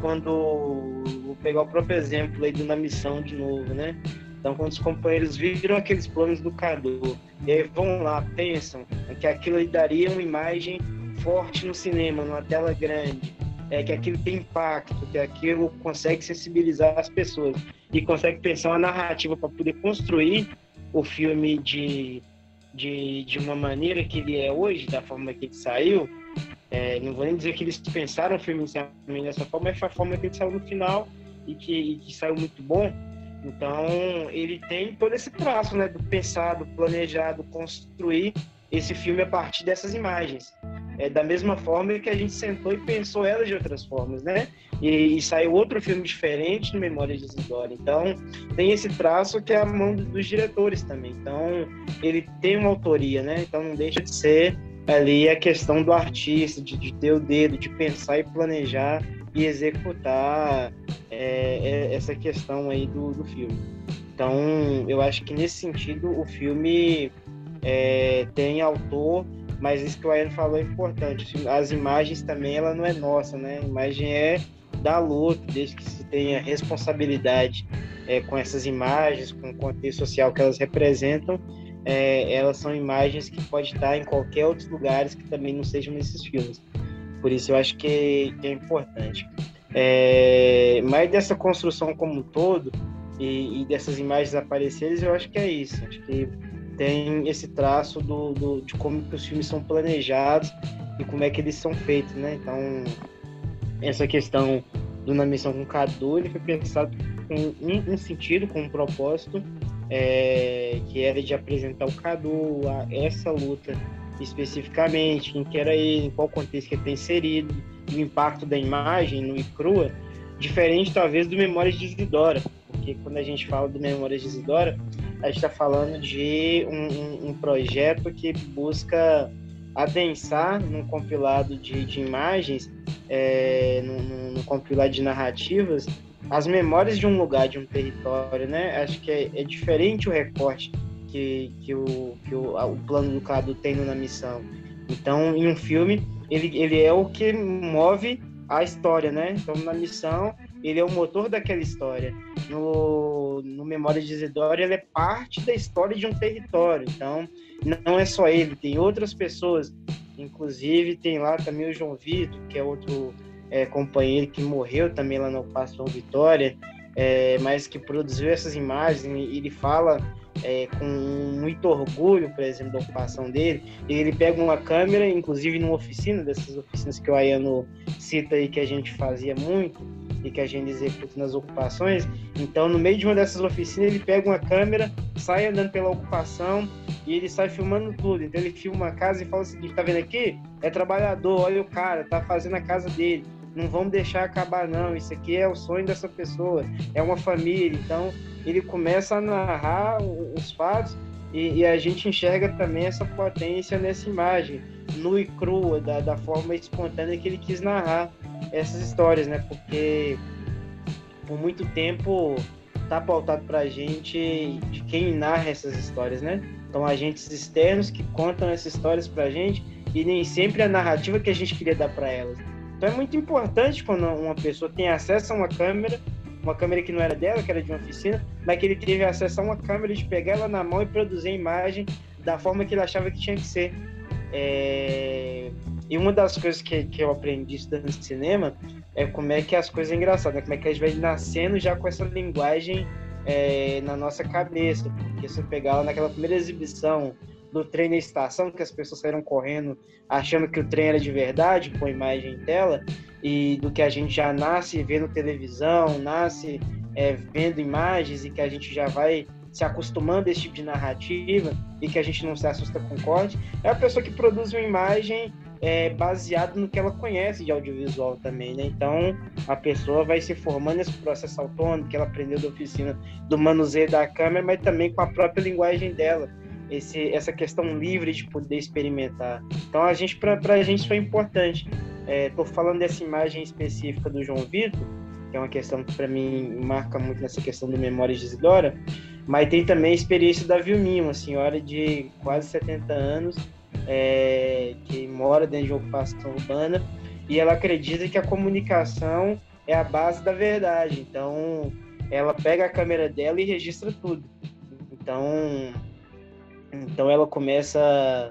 vou pegar o próprio exemplo aí do Na Missão de novo, né? Então, quando os companheiros viram aqueles planos do Cadu, e aí vão lá, pensam que aquilo aí daria uma imagem forte no cinema, numa tela grande, que aquilo tem impacto, que aquilo consegue sensibilizar as pessoas e consegue pensar uma narrativa para poder construir o filme de uma maneira que ele é hoje, da forma que ele saiu. Não vou nem dizer que eles pensaram o filme inicialmente dessa forma, mas foi a forma que ele saiu no final e que saiu muito bom. Então, ele tem todo esse traço, né, do pensar, do planejar, do construir esse filme a partir dessas imagens. Da mesma forma que a gente sentou e pensou elas de outras formas, né? E saiu outro filme diferente no Memórias de Isidoro. Então, tem esse traço que é a mão dos diretores também. Então, ele tem uma autoria, né? Então, não deixa de ser ali a questão do artista, de ter o dedo, de pensar e planejar e executar essa questão aí do filme. Então, eu acho que nesse sentido o filme tem autor, mas isso que o Ayano falou é importante. As imagens também, ela não é nossa, né? A imagem é da luta, desde que se tenha responsabilidade com essas imagens, com o contexto social que elas representam, elas são imagens que podem estar em qualquer outro lugar que também não sejam nesses filmes. Por isso eu acho que é importante. Mas dessa construção como um todo e dessas imagens aparecerem, eu acho que é isso. Acho que tem esse traço de como que os filmes são planejados e como é que eles são feitos, né? Então, essa questão do Na Missão com Cadu, ele foi pensado com um sentido, com um propósito, que era de apresentar o Cadu, essa luta especificamente, quem que era ele, em qual contexto que ele está inserido, o impacto da imagem nua e crua, diferente talvez do Memórias de Isidora, porque quando a gente fala do Memórias de Isidora, a gente está falando de um projeto que busca adensar num compilado de imagens, num compilado de narrativas, as memórias de um lugar, de um território, né? Acho que é diferente o recorte que o plano do Cadu tem na missão. Então, em um filme, ele é o que move a história, né? Então, na missão, ele é o motor daquela história. No Memória de Isidora, ele é parte da história de um território. Então, não é só ele, tem outras pessoas. Inclusive, tem lá também o João Vitor, que é outro companheiro que morreu também lá no Ocupação Vitória, mas que produziu essas imagens, e ele fala com muito orgulho, por exemplo, da ocupação dele. Ele pega uma câmera, inclusive numa oficina, dessas oficinas que o Ayano cita aí, que a gente fazia muito e que a gente executa nas ocupações. Então, no meio de uma dessas oficinas, ele pega uma câmera, sai andando pela ocupação e ele sai filmando tudo. Então, ele filma a casa e fala o seguinte: tá vendo aqui? É trabalhador, olha o cara, tá fazendo a casa dele. Não vamos deixar acabar, não. Isso aqui é o sonho dessa pessoa, é uma família. Então, ele começa a narrar os fatos e a gente enxerga também essa potência nessa imagem, nua e crua, da forma espontânea que ele quis narrar essas histórias, né? Porque por muito tempo tá pautado pra gente de quem narra essas histórias, né? Então, agentes externos que contam essas histórias pra gente e nem sempre a narrativa que a gente queria dar para elas. Então, é muito importante quando uma pessoa tem acesso a uma câmera que não era dela, que era de uma oficina, mas que ele teve acesso a uma câmera, de pegar ela na mão e produzir a imagem da forma que ele achava que tinha que ser. E uma das coisas que eu aprendi estudando cinema é como é que as coisas são engraçadas, né? Como é que a gente vai nascendo já com essa linguagem na nossa cabeça. Porque se eu pegar lá naquela primeira exibição do trem na estação, que as pessoas saíram correndo achando que o trem era de verdade, com a imagem em tela, e do que a gente já nasce vendo televisão, nasce vendo imagens, e que a gente já vai se acostumando a esse tipo de narrativa e que a gente não se assusta com corte, é a pessoa que produz uma imagem baseada no que ela conhece de audiovisual também, né? Então, a pessoa vai se formando nesse processo autônomo que ela aprendeu da oficina do manuseio da câmera, mas também com a própria linguagem dela. Essa questão livre de poder experimentar. Então, para a gente isso é importante. Estou falando dessa imagem específica do João Vitor, que é uma questão que para mim marca muito nessa questão do Memórias de Isidora, mas tem também a experiência da Vilminha, uma senhora de quase 70 anos, que mora dentro de uma ocupação urbana, e ela acredita que a comunicação é a base da verdade. Então, ela pega a câmera dela e registra tudo. Então ela começa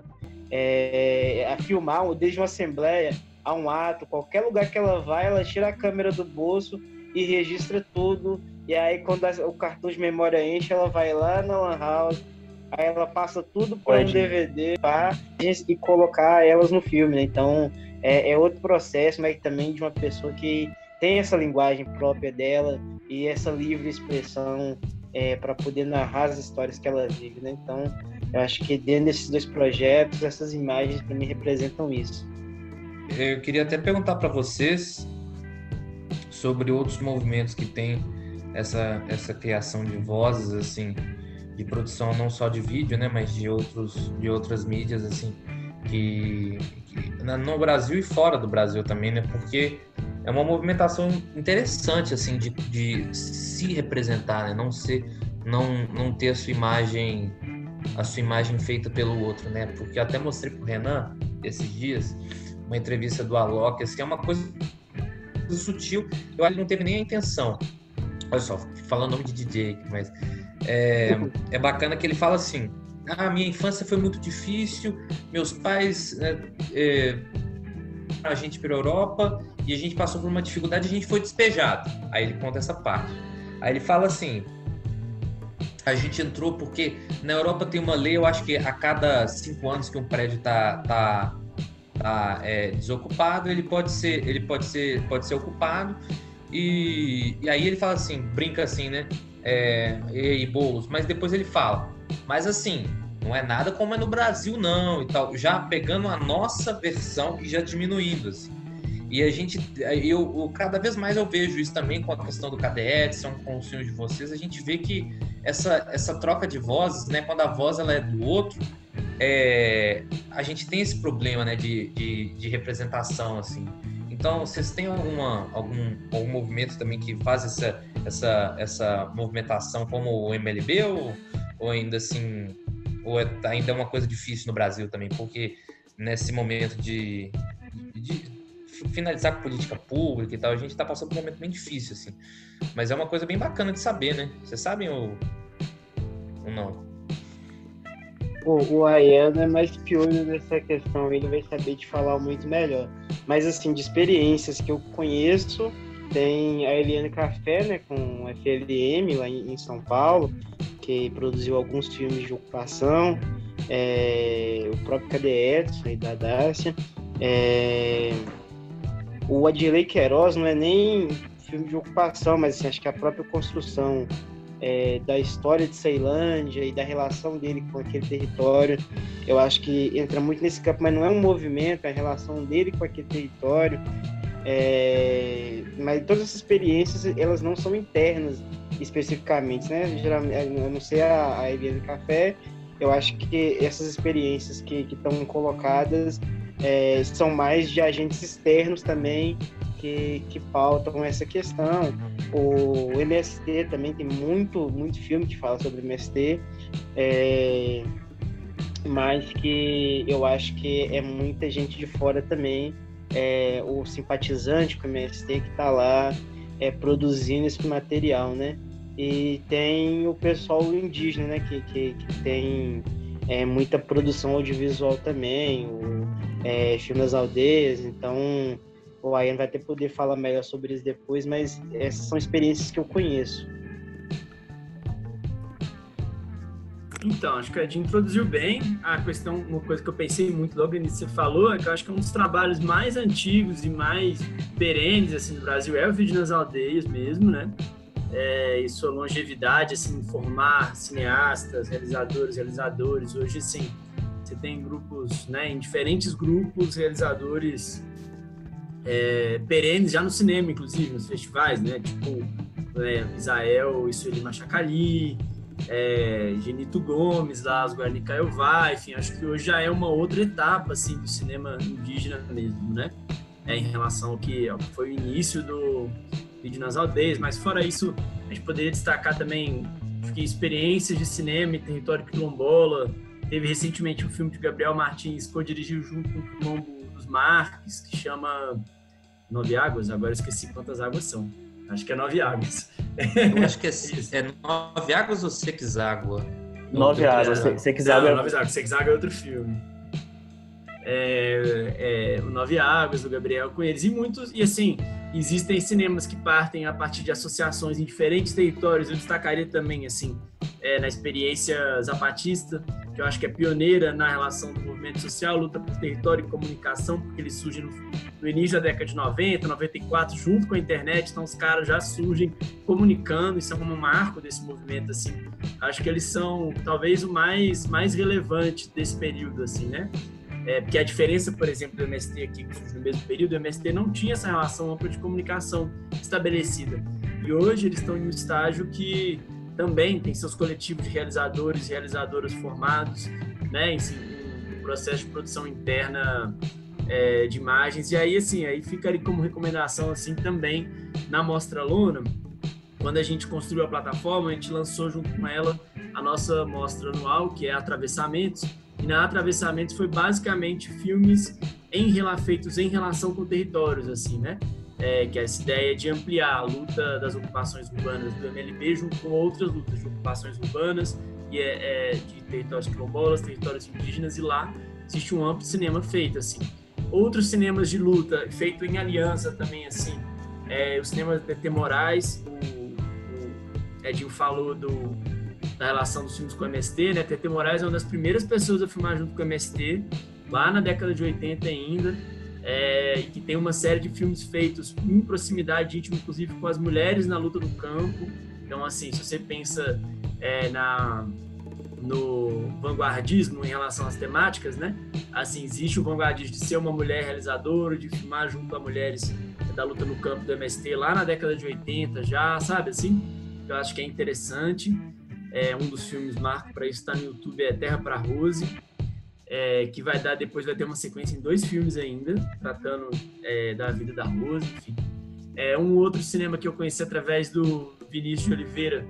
a filmar, desde uma assembleia a um ato, qualquer lugar que ela vai, ela tira a câmera do bolso e registra tudo. E aí, quando o cartão de memória enche, ela vai lá na Lan House, aí ela passa tudo para um DVD e colocar elas no filme, né? Então, é outro processo, mas também de uma pessoa que tem essa linguagem própria dela e essa livre expressão para poder narrar as histórias que ela vive, né? Então, eu acho que dentro desses dois projetos, essas imagens para mim representam isso. Eu queria até perguntar para vocês sobre outros movimentos que têm essa criação de vozes, assim, de produção não só de vídeo, né, mas de outras mídias, assim, que no Brasil e fora do Brasil também, né, porque é uma movimentação interessante, assim, de se representar, né, não ter a sua imagem feita pelo outro, né? Porque eu até mostrei pro Renan esses dias uma entrevista do Alok, assim, é uma coisa sutil, eu acho que não teve nem a intenção. Olha só, falando o nome de DJ, mas é bacana que ele fala assim: minha infância foi muito difícil, meus pais a gente para a Europa e a gente passou por uma dificuldade e a gente foi despejado. Aí ele conta essa parte. Aí ele fala assim: a gente entrou porque na Europa tem uma lei, eu acho que a cada 5 anos que um prédio tá desocupado, ele pode ser ocupado, E aí ele fala assim, brinca assim, né? E aí, Boulos, mas depois ele fala, mas assim, não é nada como é no Brasil não, e tal, já pegando a nossa versão e já diminuindo, assim. E a gente, cada vez mais eu vejo isso também com a questão do KD Edson, com os filmes de vocês, a gente vê que essa troca de vozes, né, quando a voz ela é do outro, a gente tem esse problema, né, de representação, assim. Então, vocês têm algum movimento também que faz essa movimentação como o MLB ou ainda assim, ainda é uma coisa difícil no Brasil também, porque nesse momento de finalizar com política pública e tal, a gente está passando por um momento bem difícil, assim. Mas é uma coisa bem bacana de saber, né? Vocês sabem ou não? O Ayano é mais piolho nessa questão, ele vai saber te falar muito melhor. Mas, assim, de experiências que eu conheço, tem a Eliane Café, né, com a FLM lá em São Paulo, que produziu alguns filmes de ocupação, o próprio KD Edson e da Dácia. O Adirley Queiroz não é nem filme de ocupação, mas assim, acho que a própria construção da história de Ceilândia e da relação dele com aquele território, eu acho que entra muito nesse campo, mas não é um movimento, é a relação dele com aquele território. Mas todas essas experiências, elas não são internas especificamente, né? Geralmente, a não ser a Eliane Café, eu acho que essas experiências que estão colocadas são mais de agentes externos também que pautam essa questão. O MST também tem muito filme que fala sobre MST, mas que eu acho que é muita gente de fora também, o simpatizante com o MST que está lá produzindo esse material, né? E tem o pessoal indígena, né, que tem muita produção audiovisual também, filme das aldeias. Então o Ayano vai ter poder falar melhor sobre isso depois, mas essas são experiências que eu conheço. Então, acho que a Ed introduziu bem a questão. Uma coisa que eu pensei muito logo no início que você falou, é que eu acho que um dos trabalhos mais antigos e mais perenes assim, no Brasil é o Vídeo nas Aldeias mesmo, né? E sua longevidade, assim, formar cineastas, realizadores. Hoje, assim, você tem grupos, né, em diferentes grupos, realizadores perenes já no cinema, inclusive, nos festivais, né? Tipo, Isael e Sueli Machacali, Genito Gomes, lá, os Guarani Kaiowá, enfim, acho que hoje já é uma outra etapa, assim, do cinema indígena mesmo, né? Em relação ao que foi o início do Vídeo nas Aldeias, mas fora isso, a gente poderia destacar também, acho que experiências de cinema em território quilombola. Teve recentemente um filme de Gabriel Martins, co-dirigiu junto com o Quilombo dos Marques, que chama Nove Águas, agora eu esqueci quantas águas são. Acho que é 9 águas. Eu acho que é 9 águas ou Sexágua? 9 águas, Sexágua. 9 águas, Sexágua é outro filme. O Nove Águas, do Gabriel com eles, e assim, existem cinemas que partem a partir de associações em diferentes territórios. Eu destacaria também, assim, na experiência zapatista, que eu acho que é pioneira na relação do movimento social, luta por território e comunicação, porque ele surge no início da década de 90, 94, junto com a internet, então os caras já surgem comunicando, isso é um marco desse movimento, assim. Acho que eles são, talvez, o mais relevante desse período, assim, né? Porque a diferença, por exemplo, do MST aqui, que surge no mesmo período, o MST não tinha essa relação ampla de comunicação estabelecida. E hoje eles estão em um estágio que também tem seus coletivos de realizadores e realizadoras formados, né, em processo de produção interna de imagens. E aí, assim, aí fica ali como recomendação, assim, também na Mostra Lona, quando a gente construiu a plataforma, a gente lançou junto com ela a nossa mostra anual, que é Atravessamentos. E na Atravessamentos foi basicamente filmes feitos em relação com territórios, assim, né? Que é essa ideia de ampliar a luta das ocupações urbanas do MLB junto com outras lutas de ocupações urbanas e de territórios quilombolas, territórios indígenas, e lá existe um amplo cinema feito, assim. Outros cinemas de luta feito em aliança também, assim, o cinema de TT Moraes, o Edinho falou da relação dos filmes com o MST, né? TT Moraes é uma das primeiras pessoas a filmar junto com o MST, lá na década de 80 ainda, e que tem uma série de filmes feitos em proximidade íntima, inclusive com as mulheres na luta no campo. Então, assim, se você pensa no vanguardismo em relação às temáticas, né? Assim, existe o vanguardismo de ser uma mulher realizadora, de filmar junto a mulheres da luta no campo do MST lá na década de 80 já, sabe, assim? Eu acho que é interessante. Um dos filmes marco para isso está no YouTube, é Terra para Rose, que depois vai ter uma sequência em 2 filmes ainda, tratando da vida da Rose, enfim. Um outro cinema que eu conheci através do Vinícius Oliveira,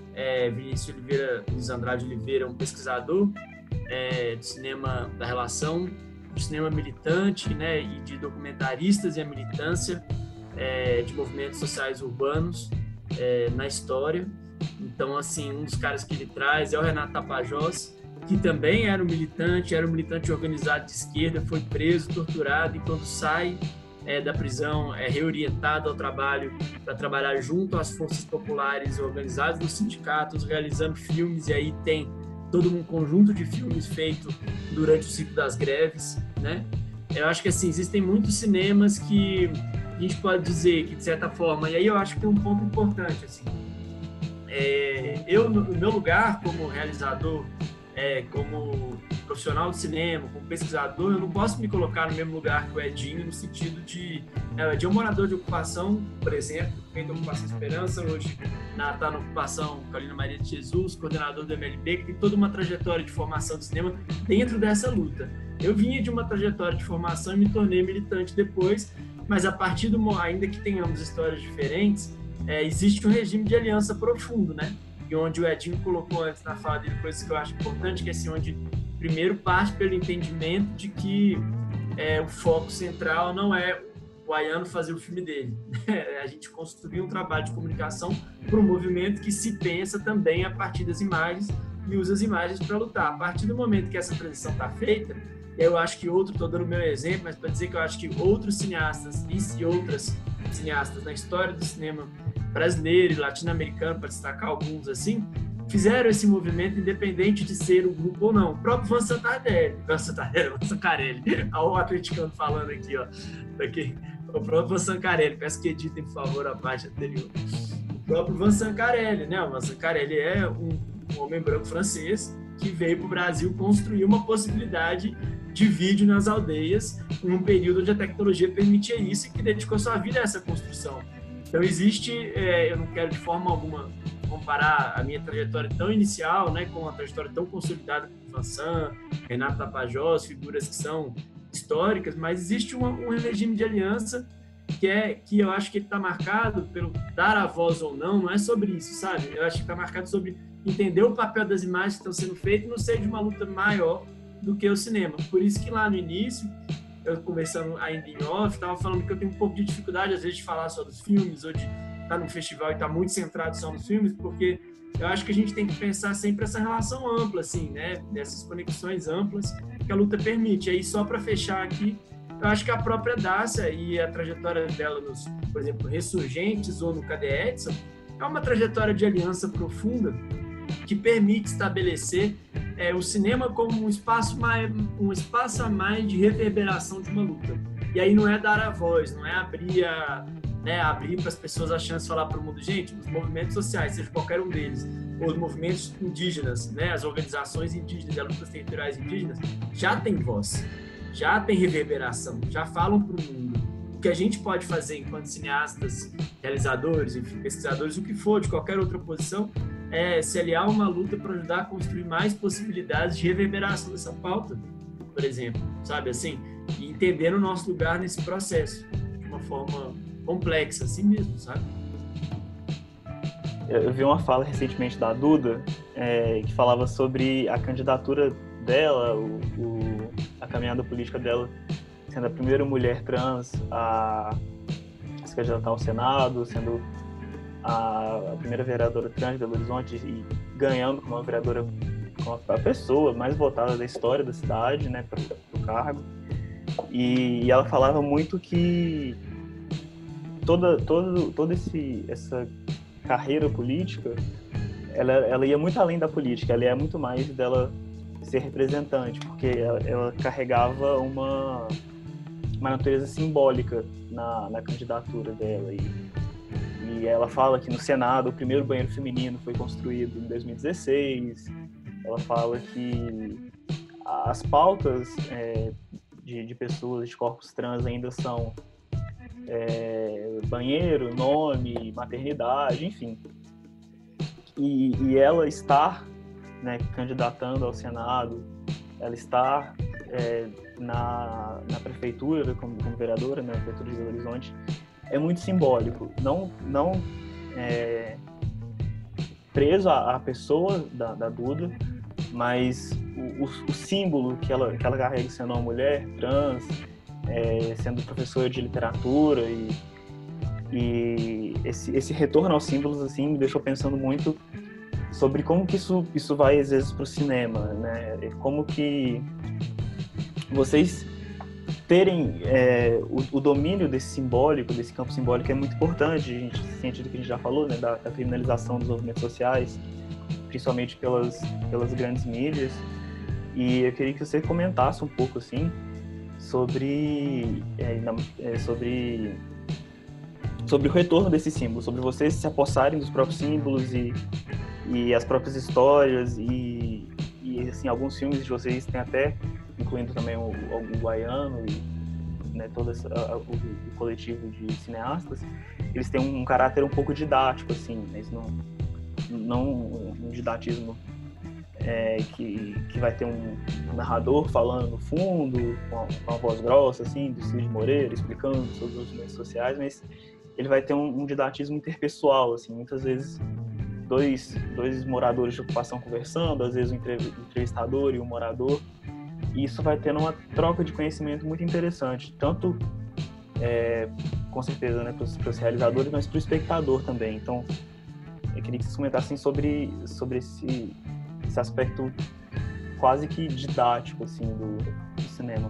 Luiz Andrade Oliveira, um pesquisador do cinema da relação, do cinema militante, né, e de documentaristas e a militância de movimentos sociais urbanos na história. Então, assim, um dos caras que ele traz é o Renato Tapajós, que também era um militante organizado de esquerda, foi preso, torturado, e quando sai da prisão é reorientado ao trabalho, para trabalhar junto às forças populares organizadas nos sindicatos, realizando filmes, e aí tem todo um conjunto de filmes feito durante o ciclo das greves, né? Eu acho que, assim, existem muitos cinemas que a gente pode dizer que, de certa forma, e aí eu acho que tem um ponto importante, assim, eu, no meu lugar como realizador, como profissional de cinema, como pesquisador, eu não posso me colocar no mesmo lugar que o Edinho, no sentido de um morador de ocupação, por exemplo, feito Ocupação Esperança, hoje está na ocupação Carolina Maria de Jesus, coordenador do MLB, que tem toda uma trajetória de formação de cinema dentro dessa luta. Eu vinha de uma trajetória de formação e me tornei militante depois, mas a partir ainda que tenhamos histórias diferentes, existe um regime de aliança profundo, né? E onde o Edinho colocou antes na fala dele coisas que eu acho importante, que é assim, onde primeiro parte pelo entendimento de que o foco central não é o Ayano fazer o filme dele. A gente construir um trabalho de comunicação para um movimento que se pensa também a partir das imagens e usa as imagens para lutar. A partir do momento que essa transição está feita, eu acho que estou dando o meu exemplo, mas para dizer que eu acho que outros cineastas e outras cineastas na história do cinema brasileiro e latino-americano, para destacar alguns assim, fizeram esse movimento independente de ser o grupo ou não. O próprio Van Sancarelli, o atleticano falando aqui, ó, o próprio Van Sancarelli, peço que editem, por favor, a parte anterior. O próprio Van Sancarelli, né? O Van Sancarelli é um homem branco francês que veio para o Brasil construir uma possibilidade de vídeo nas aldeias, em um período onde a tecnologia permitia isso, e que dedicou sua vida a essa construção. Então existe, eu não quero de forma alguma comparar a minha trajetória tão inicial, né, com uma trajetória tão consolidada como Vansan, Renato Tapajós, figuras que são históricas, mas existe um regime de aliança que eu acho que ele está marcado pelo dar a voz ou não é sobre isso, sabe? Eu acho que está marcado sobre entender o papel das imagens que estão sendo feitas e não ser de uma luta maior do que o cinema. Por isso que lá no início, eu conversando ainda em off, estava falando que eu tenho um pouco de dificuldade, às vezes, de falar só dos filmes, ou de estar num festival e estar muito centrado só nos filmes, porque eu acho que a gente tem que pensar sempre essa relação ampla, assim, né? Dessas conexões amplas que a luta permite. E aí, só para fechar aqui, eu acho que a própria Dacia e a trajetória dela nos, por exemplo, Ressurgentes ou no Cadê Edson, é uma trajetória de aliança profunda que permite estabelecer o cinema como um espaço a mais de reverberação de uma luta. E aí não é dar a voz, não é abrir para as pessoas a chance de falar para o mundo, gente, os movimentos sociais, seja qualquer um deles, ou os movimentos indígenas, né, as organizações indígenas e as lutas territoriais indígenas, já tem voz, já tem reverberação, já falam para o mundo. O que a gente pode fazer enquanto cineastas, realizadores, enfim, pesquisadores, o que for, de qualquer outra posição, é se aliar a uma luta para ajudar a construir mais possibilidades de reverberação dessa pauta, por exemplo, sabe, assim, e entender o nosso lugar nesse processo, de uma forma complexa, assim mesmo, sabe? Eu vi uma fala recentemente da Duda, que falava sobre a candidatura dela, a caminhada política dela, sendo a primeira mulher trans a se candidatar ao Senado, sendo a primeira vereadora trans de Belo Horizonte e ganhando como uma vereadora, como a pessoa mais votada da história da cidade, né, para o cargo. E ela falava muito que toda essa carreira política, ela ia muito além da política, ela ia muito mais dela ser representante, porque ela carregava uma natureza simbólica na candidatura dela. E ela fala que no Senado o primeiro banheiro feminino foi construído em 2016. Ela fala que as pautas de pessoas, de corpos trans ainda são banheiro, nome, maternidade, enfim. E ela estar, né, candidatando ao Senado, ela estar na prefeitura como vereadora, na prefeitura de Belo Horizonte, é muito simbólico. Não preso à pessoa da Duda, mas o símbolo que ela carrega sendo uma mulher trans, sendo professora de literatura, e esse retorno aos símbolos assim me deixou pensando muito sobre como que isso vai às vezes para o cinema, né? Como que vocês terem o domínio desse simbólico, desse campo simbólico é muito importante. A gente sente do que a gente já falou, né? Da criminalização dos movimentos sociais, principalmente pelas grandes mídias. E eu queria que você comentasse um pouco assim sobre o retorno desse símbolo, sobre vocês se apossarem dos próprios símbolos e as próprias histórias e assim, alguns filmes de vocês têm até, incluindo também o Guaiano e, né, todo o coletivo de cineastas, eles têm um caráter um pouco didático, assim, mas não um didatismo que vai ter um narrador falando no fundo, com uma voz grossa, assim, do Cid Moreira, explicando sobre os movimentos sociais, mas ele vai ter um didatismo interpessoal, assim, muitas vezes dois moradores de ocupação conversando, às vezes um entrevistador e um morador, e isso vai tendo uma troca de conhecimento muito interessante, tanto com certeza, né, para os realizadores, mas para o espectador também. Então, eu queria que vocês comentassem sobre esse aspecto quase que didático assim, do cinema.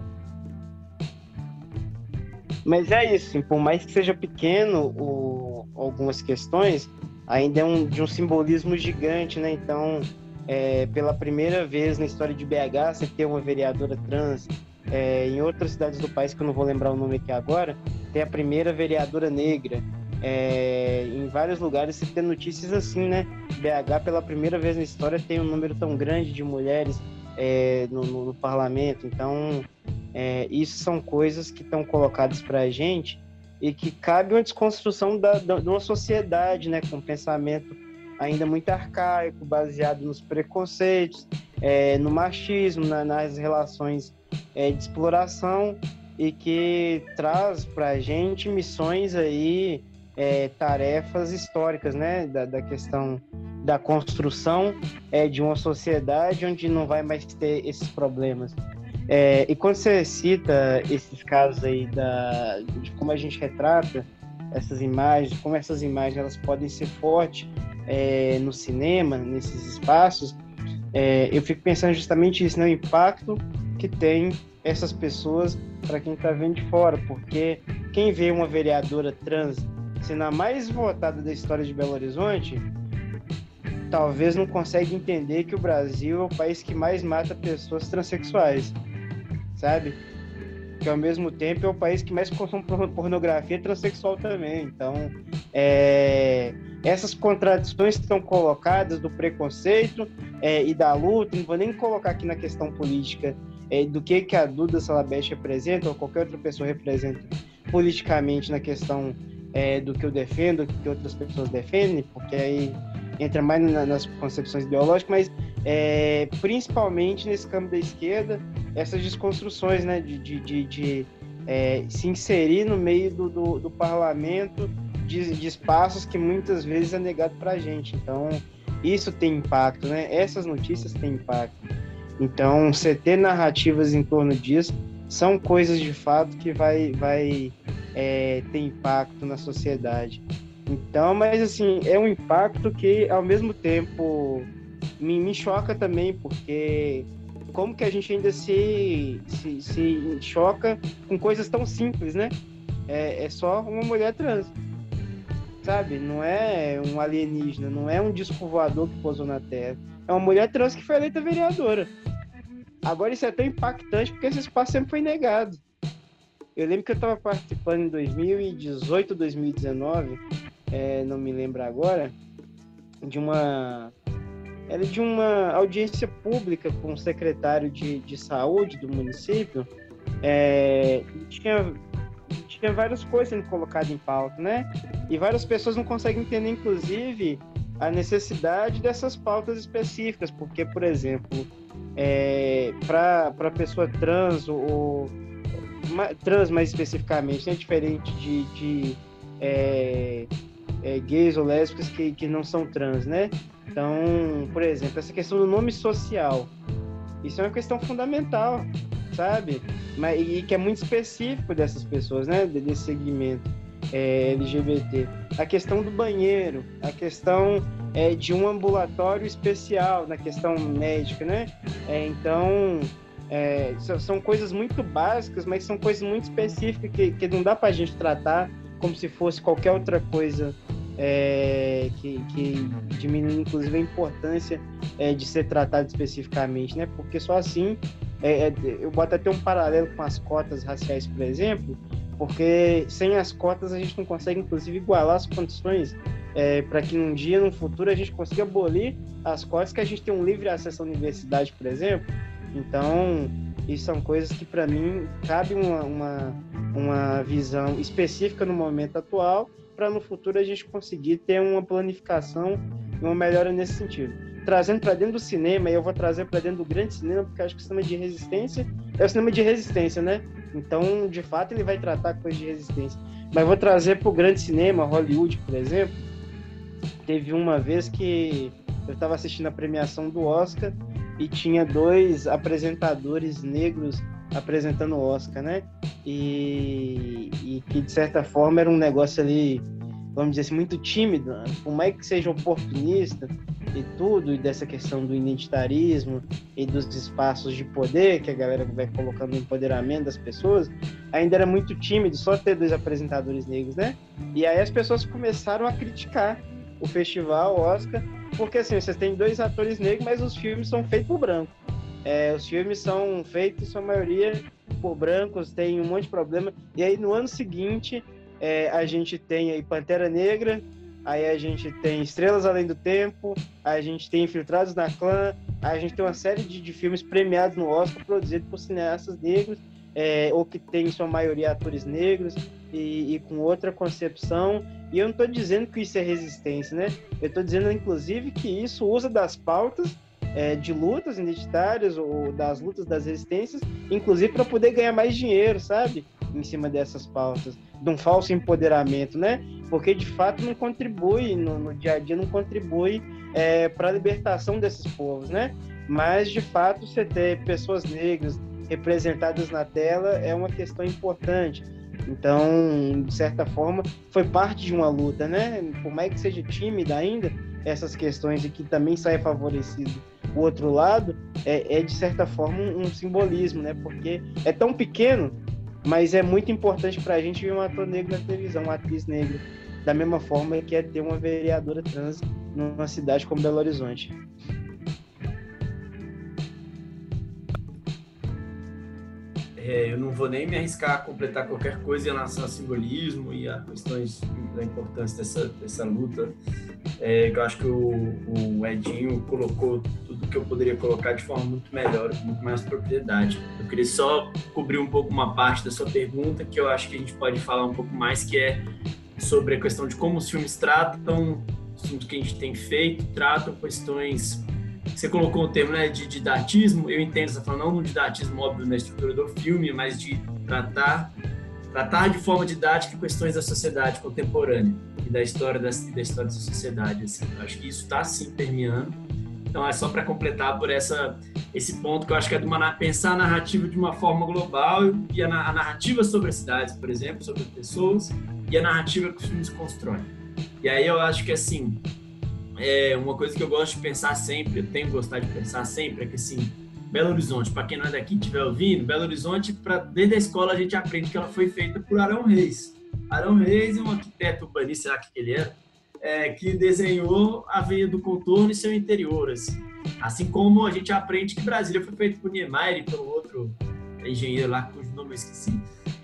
Mas é isso, por mais que seja pequeno algumas questões, ainda é de um simbolismo gigante, né? Então, pela primeira vez na história de BH, você ter uma vereadora trans, em outras cidades do país, que eu não vou lembrar o nome aqui agora, tem a primeira vereadora negra. Em vários lugares você tem notícias assim, né? BH, pela primeira vez na história, tem um número tão grande de mulheres no parlamento. Então, isso são coisas que estão colocadas para a gente e que cabe uma desconstrução de uma sociedade, né, com um pensamento ainda muito arcaico, baseado nos preconceitos, no machismo, nas relações de exploração, e que traz para a gente missões aí, tarefas históricas, né, da questão da construção de uma sociedade onde não vai mais ter esses problemas. E quando você cita esses casos aí de como a gente retrata essas imagens, como essas imagens elas podem ser fortes no cinema, nesses espaços, eu fico pensando justamente isso, né, o impacto que tem essas pessoas para quem está vendo de fora, porque quem vê uma vereadora trans sendo a mais votada da história de Belo Horizonte, talvez não consegue entender que o Brasil é o país que mais mata pessoas transexuais, sabe? Que ao mesmo tempo é o país que mais consome pornografia transexual também. Então, essas contradições que estão colocadas do preconceito e da luta, não vou nem colocar aqui na questão política do que a Duda Salabete representa ou qualquer outra pessoa representa politicamente na questão do que eu defendo, do que outras pessoas defendem, porque aí entra mais nas concepções ideológicas, mas principalmente nesse campo da esquerda, essas desconstruções, né, de se inserir no meio do parlamento, de espaços que muitas vezes é negado para a gente. Então, isso tem impacto, né? Essas notícias têm impacto. Então, você ter narrativas em torno disso são coisas de fato que vai ter impacto na sociedade. Então, mas assim, é um impacto que ao mesmo tempo me choca também, porque como que a gente ainda se choca com coisas tão simples, né? É só uma mulher trans, sabe? Não é um alienígena, não é um disco voador que pousou na Terra. É uma mulher trans que foi eleita vereadora. Agora isso é tão impactante porque esse espaço sempre foi negado. Eu lembro que eu estava participando em 2018, 2019, não me lembro agora, era de uma audiência pública com o secretário de saúde do município. Tinha várias coisas sendo colocadas em pauta, né? E várias pessoas não conseguem entender, inclusive, a necessidade dessas pautas específicas, porque, por exemplo, para pessoa trans, ou trans mais especificamente, né? Diferente de gays ou lésbicas que não são trans, né? Então, por exemplo, essa questão do nome social, isso é uma questão fundamental, sabe? E que é muito específico dessas pessoas, né? Desse segmento LGBT. A questão do banheiro, a questão de um ambulatório especial na questão médica, né? Então, são coisas muito básicas, mas são coisas muito específicas que não dá pra gente tratar como se fosse qualquer outra coisa, que diminui, inclusive, a importância de ser tratado especificamente, né? Porque só assim, eu boto até um paralelo com as cotas raciais, por exemplo, porque sem as cotas a gente não consegue, inclusive, igualar as condições para que um dia, no futuro, a gente consiga abolir as cotas, que a gente tem um livre acesso à universidade, por exemplo. Então, isso são coisas que, para mim, cabe uma visão específica no momento atual, para no futuro a gente conseguir ter uma planificação e uma melhora nesse sentido. Trazendo para dentro do cinema, e eu vou trazer para dentro do grande cinema, porque acho que o cinema de resistência é o cinema de resistência, né? Então, de fato, ele vai tratar coisas de resistência. Mas vou trazer para o grande cinema, Hollywood, por exemplo. Teve uma vez que eu estava assistindo a premiação do Oscar e tinha 2 apresentadores negros apresentando o Oscar, né? E que, de certa forma, era um negócio ali, vamos dizer assim, muito tímido, por mais que seja oportunista e tudo, e dessa questão do identitarismo e dos espaços de poder que a galera vai colocando no empoderamento das pessoas, ainda era muito tímido só ter 2 apresentadores negros, né? E aí as pessoas começaram a criticar o festival, o Oscar, porque assim, vocês têm 2 atores negros, mas os filmes são feitos por branco. Os filmes são feitos, em sua maioria, por brancos, tem um monte de problema. E aí, no ano seguinte, a gente tem aí Pantera Negra, aí a gente tem Estrelas Além do Tempo, a gente tem Infiltrados na Clã, a gente tem uma série de filmes premiados no Oscar, produzidos por cineastas negros, ou que tem, em sua maioria, atores negros, e com outra concepção. E eu não estou dizendo que isso é resistência, né? Eu estou dizendo, inclusive, que isso usa das pautas de lutas identitárias ou das lutas das resistências, inclusive para poder ganhar mais dinheiro, sabe? Em cima dessas pautas, de um falso empoderamento, né? Porque de fato não contribui, no dia a dia não contribui para a libertação desses povos, né? Mas de fato você ter pessoas negras representadas na tela é uma questão importante. Então, de certa forma, foi parte de uma luta, né? Por mais que seja tímida ainda, essas questões de que também sai favorecido o outro lado, de certa forma um simbolismo, né? Porque é tão pequeno, mas é muito importante para a gente ver um ator negro na televisão, uma atriz negra, da mesma forma que é ter uma vereadora trans numa cidade como Belo Horizonte. Eu não vou nem me arriscar a completar qualquer coisa em relação ao simbolismo e a questões da importância dessa luta. Eu acho que o Edinho colocou tudo que eu poderia colocar de forma muito melhor, com muito mais propriedade. Eu queria só cobrir um pouco uma parte da sua pergunta, que eu acho que a gente pode falar um pouco mais, que é sobre a questão de como os filmes tratam, tudo que a gente tem feito, tratam questões... Você colocou o termo, né, de didatismo. Eu entendo, você está falando não no didatismo óbvio na estrutura do filme, mas de tratar de forma didática questões da sociedade contemporânea e da história da história da sociedade. Assim. Eu acho que isso está, sim, permeando. Então, é só para completar por esse ponto que eu acho que é pensar a narrativa de uma forma global e a narrativa sobre as cidades, por exemplo, sobre as pessoas, e a narrativa que os filmes constroem. E aí eu acho que, assim... uma coisa que eu gosto de pensar sempre, eu tenho gostado de pensar sempre, é que, assim, Belo Horizonte, para quem não é daqui e estiver ouvindo, Belo Horizonte, desde a escola a gente aprende que ela foi feita por Arão Reis. Arão Reis é um arquiteto urbanista, sei lá o que ele era, que desenhou a Veia do Contorno e seu interior, assim como a gente aprende que Brasília foi feita por Niemeyer e pelo outro engenheiro lá, cujo nome eu esqueci.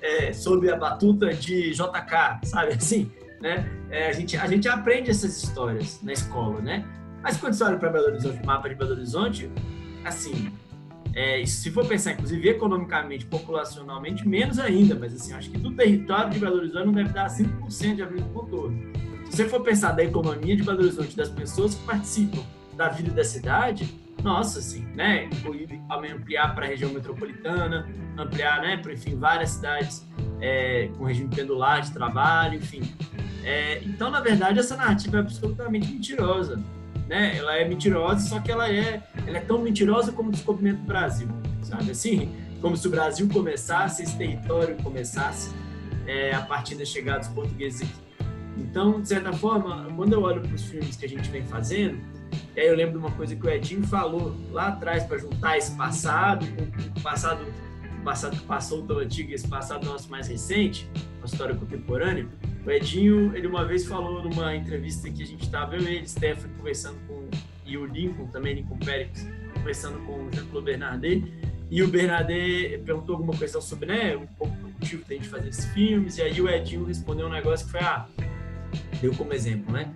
sob a batuta de JK, sabe assim, né? A gente aprende essas histórias na escola, né? Mas quando você olha para Belo Horizonte, o mapa de Belo Horizonte, assim, se for pensar, inclusive, economicamente, populacionalmente, menos ainda, mas assim, acho que do território de Belo Horizonte não deve dar 5% de abrigo contorno. Se você for pensar da economia de Belo Horizonte, das pessoas que participam da vida da cidade, nossa, assim, né? Ampliar para a região metropolitana, ampliar, né, para, enfim, várias cidades com regime pendular de trabalho, enfim. Então, na verdade, essa narrativa é absolutamente mentirosa, né? Ela é mentirosa, só que ela é tão mentirosa como o descobrimento do Brasil, sabe? Assim, como se o Brasil começasse, esse território começasse a partir da chegada dos portugueses aqui. Então, de certa forma, quando eu olho para os filmes que a gente vem fazendo, eu lembro de uma coisa que o Edinho falou lá atrás para juntar esse passado com o passado que passou tão antigo e esse passado nosso mais recente, a história contemporânea. O Edinho, ele uma vez falou numa entrevista que a gente estava, eu e ele, Stephanie, conversando e o Lincoln Pérez, conversando com o Jean-Claude Bernardet, e o Bernardet perguntou alguma questão sobre, né, um pouco do motivo da gente fazer esses filmes, e aí o Edinho respondeu um negócio que foi, deu como exemplo, né?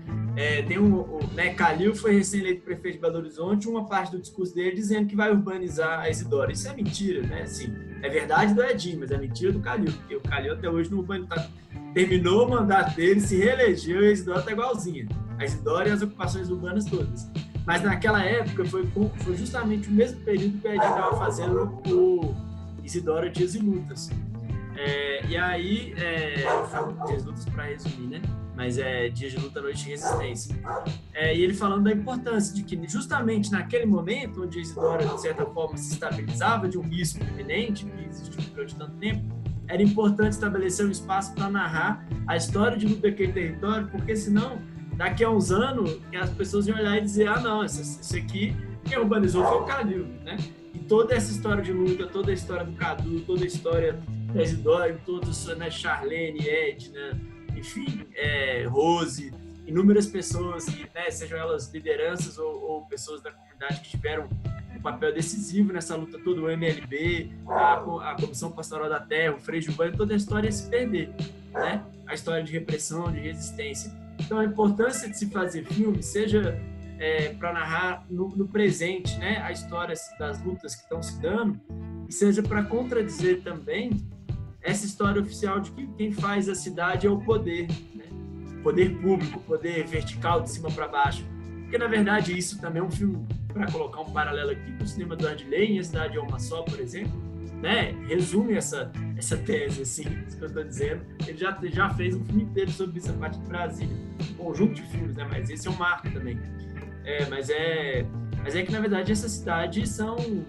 Tem Calil foi recém-eleito prefeito de Belo Horizonte, uma parte do discurso dele dizendo que vai urbanizar a Isidora. Isso é mentira, né? Assim, é verdade do Edinho, mas é mentira do Calil, porque o Calil até hoje não terminou o mandato dele, se reelegeu e a Isidora está igualzinha. A Isidora e as ocupações urbanas todas. Mas naquela época foi justamente o mesmo período que o Edinho estava fazendo o Isidora Dias e Lutas. E aí, Dias e Lutas para resumir, né? Mas Dias de Luta, Noite de Resistência. E ele falando da importância de que justamente naquele momento, onde a Isidora, de certa forma, se estabilizava de um risco iminente, que existiu durante tanto tempo, era importante estabelecer um espaço para narrar a história de luta daquele território, porque senão, daqui a uns anos, as pessoas iam olhar e dizer, não, isso aqui, quem urbanizou foi o Calil, né? E toda essa história de luta, toda a história do Cadu, toda a história da Isidora, todos, né, Charlene, Edna, enfim, Rose, inúmeras pessoas, que, né, sejam elas lideranças ou pessoas da comunidade que tiveram um papel decisivo nessa luta toda, o MLB, a Comissão Pastoral da Terra, o Frei Gilberto, toda a história ia se perder, né? A história de repressão, de resistência. Então, a importância de se fazer filme, seja para narrar no presente, né, a história das lutas que estão se dando, e seja para contradizer também essa história oficial de que quem faz a cidade é o poder, né? Poder público, poder vertical de cima para baixo. Porque, na verdade, isso também é um filme, para colocar um paralelo aqui com o cinema do Ardilei, em A Cidade é Uma Só, por exemplo, né? Resume essa tese, assim, isso que eu estou dizendo. Ele já fez um filme inteiro sobre isso, a partir de Brasília. Um conjunto de filmes, né? Mas esse é um marco também. Mas é que, na verdade, essas cidades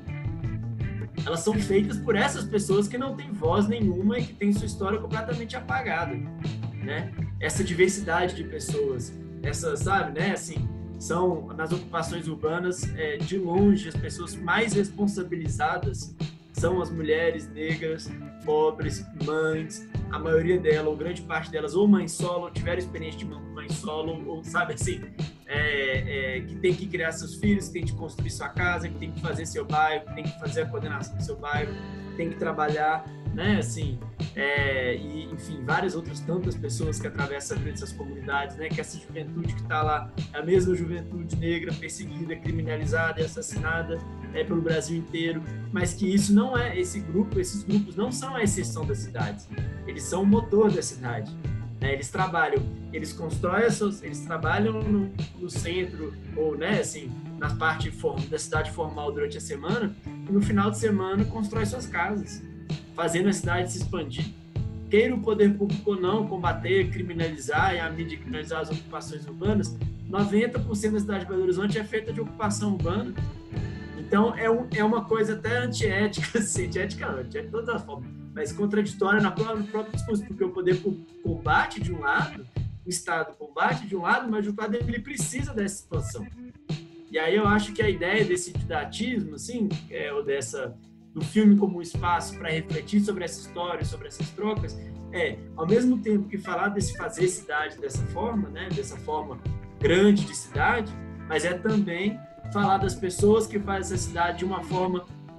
elas são feitas por essas pessoas que não têm voz nenhuma e que têm sua história completamente apagada, né? Essa diversidade de pessoas, sabe, né? Assim, são, nas ocupações urbanas, de longe, as pessoas mais responsabilizadas são as mulheres negras, pobres, mães, a maioria delas, ou grande parte delas, ou mãe solo, ou tiveram experiência de mãe solo, ou, sabe, assim, que tem que criar seus filhos, que tem que construir sua casa, que tem que fazer seu bairro, que tem que fazer a coordenação do seu bairro, tem que trabalhar, né, assim, e, enfim, várias outras tantas pessoas que atravessam essas comunidades, né, que essa juventude que está lá, é a mesma juventude negra perseguida, criminalizada e assassinada pelo Brasil inteiro, mas que isso não esses grupos não são a exceção das cidades, eles são o motor da cidade. Eles trabalham, eles constroem eles trabalham no centro ou, né, assim, na parte da cidade formal durante a semana, e no final de semana constrói suas casas, fazendo a cidade se expandir. Queira o poder público ou não combater, criminalizar e a mídia criminalizar as ocupações urbanas, 90% da cidade de Belo Horizonte é feita de ocupação urbana. Então é uma coisa até antiética, assim, antiética de todas as formas, mas contraditória no próprio discurso, porque o poder público combate de um lado, o Estado combate de um lado, mas o Estado ele precisa dessa expansão. E aí eu acho que a ideia desse didatismo, assim, ou do filme como um espaço para refletir sobre essa história, sobre essas trocas, ao mesmo tempo que falar desse fazer cidade dessa forma, né, dessa forma grande de cidade, mas também falar das pessoas que fazem essa cidade de uma forma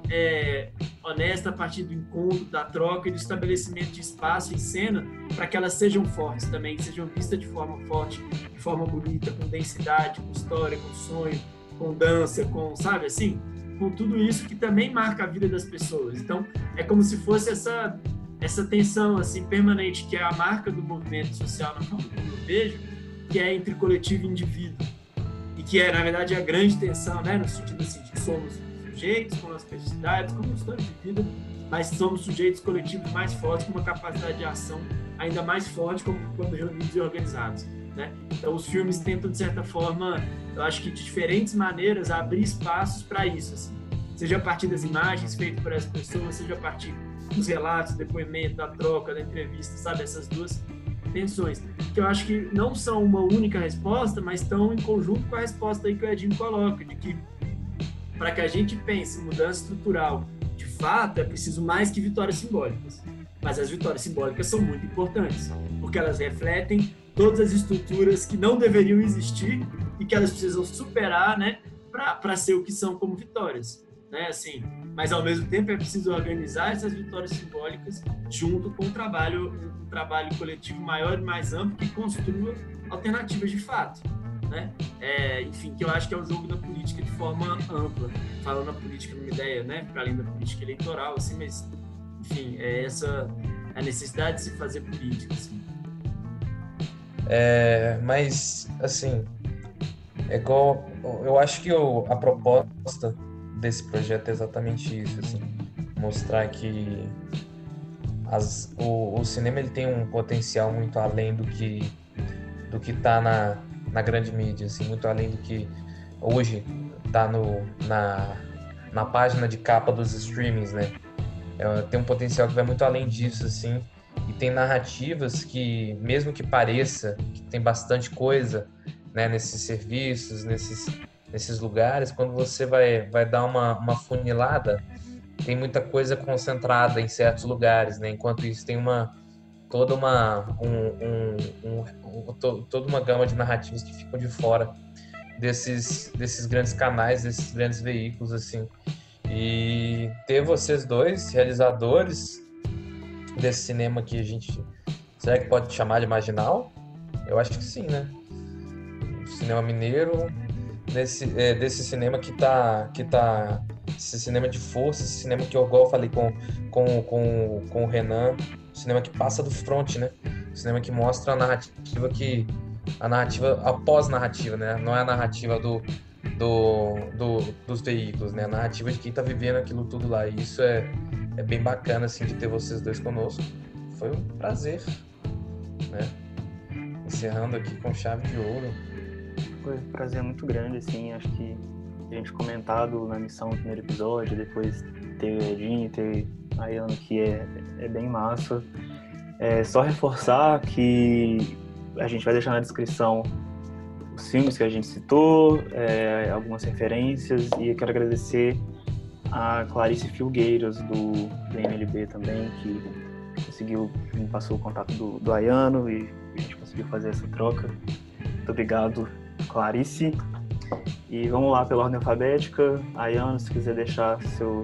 honesta a partir do encontro, da troca e do estabelecimento de espaço e cena para que elas sejam fortes também, que sejam vistas de forma forte, de forma bonita, com densidade, com história, com sonho, com dança, com, sabe, assim, com tudo isso que também marca a vida das pessoas. Então, é como se fosse essa tensão, assim, permanente, que é a marca do movimento social, na forma como eu vejo, que é entre coletivo e indivíduo. E que é, na verdade, a grande tensão, né, no sentido assim, de que somos sujeitos com as especificidades, com história de vida, mas somos sujeitos coletivos mais fortes, com uma capacidade de ação ainda mais forte como quando reunidos e organizados, né? Então, os filmes tentam, de certa forma, eu acho que de diferentes maneiras, abrir espaços para isso, assim. Seja a partir das imagens feitas por essas pessoas, seja a partir dos relatos, do depoimento, da troca, da entrevista, sabe? Essas duas tensões, que eu acho que não são uma única resposta, mas estão em conjunto com a resposta aí que o Edinho coloca, de que para que a gente pense em mudança estrutural, de fato, é preciso mais que vitórias simbólicas. Mas as vitórias simbólicas são muito importantes, porque elas refletem todas as estruturas que não deveriam existir e que elas precisam superar, né, para ser o que são como vitórias, né, assim. Mas ao mesmo tempo é preciso organizar essas vitórias simbólicas junto com um trabalho coletivo maior e mais amplo que construa alternativas de fato, né? Enfim, que eu acho que é o jogo da política de forma ampla, falando na política numa ideia, né, para além da política eleitoral, assim, mas enfim, é essa a necessidade de se fazer política, assim. Mas assim, é igual, eu acho que a proposta desse projeto é exatamente isso, assim, mostrar que o cinema ele tem um potencial muito além do que está na grande mídia, assim, muito além do que hoje está na página de capa dos streamings, né? Tem um potencial que vai muito além disso, assim, e tem narrativas que, mesmo que pareça que tem bastante coisa, né, nesses serviços, nesses lugares, quando você vai dar uma funilada, tem muita coisa concentrada em certos lugares, né? Enquanto isso tem toda uma gama de narrativas que ficam de fora desses grandes canais, desses grandes veículos, assim. E ter vocês dois, realizadores desse cinema que a gente... Será que pode chamar de marginal? Eu acho que sim, né? Cinema mineiro, desse cinema que tá esse cinema de força, esse cinema que eu falei com o Renan, cinema que passa do front, né? Cinema que mostra a narrativa após narrativa, né? Não é a narrativa dos veículos, né? A narrativa de quem tá vivendo aquilo tudo lá. E isso é bem bacana, assim, de ter vocês dois conosco. Foi um prazer, né? Encerrando aqui com chave de ouro. Foi um prazer muito grande, assim, acho que a gente comentado na missão no primeiro episódio, depois ter o Edinho, ter a Ayano, que é bem massa. Só reforçar que a gente vai deixar na descrição os filmes que a gente citou, algumas referências, e eu quero agradecer a Clarice Filgueiras, do MLB também, que me passou o contato do Ayano e a gente conseguiu fazer essa troca. Muito obrigado, Clarice. E vamos lá pela ordem alfabética. Ayano, se quiser deixar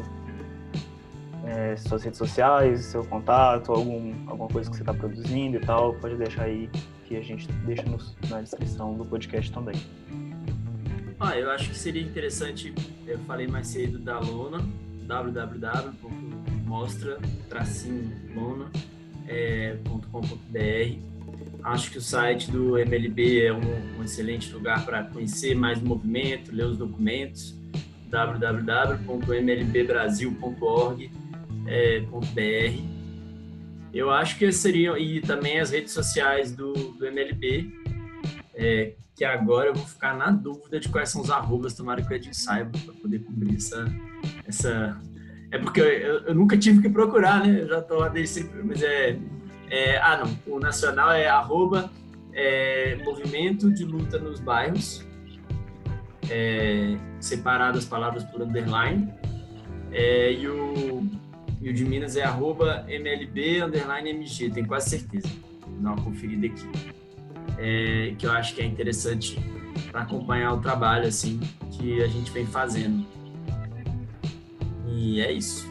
suas redes sociais, seu contato, alguma coisa que você está produzindo e tal, pode deixar aí, que a gente deixa na descrição do podcast também. Eu acho que seria interessante, eu falei mais cedo da Lona, www.mostra-lona.com.br. Acho que o site do MLB é um excelente lugar para conhecer mais do movimento, ler os documentos, www.mlbbrasil.org.br. Eu acho que esses seriam, e também as redes sociais do MLB, que agora eu vou ficar na dúvida de quais são os arrobas, tomara que o Edinho saiba, para poder cobrir essa... É porque eu nunca tive que procurar, né? Eu já estou lá desde sempre, mas o nacional é movimento de luta nos bairros, separado as palavras por underline, e o de Minas é @MLB_MG, tenho quase certeza, vou dar uma conferida aqui, que eu acho que é interessante para acompanhar o trabalho assim, que a gente vem fazendo. E é isso.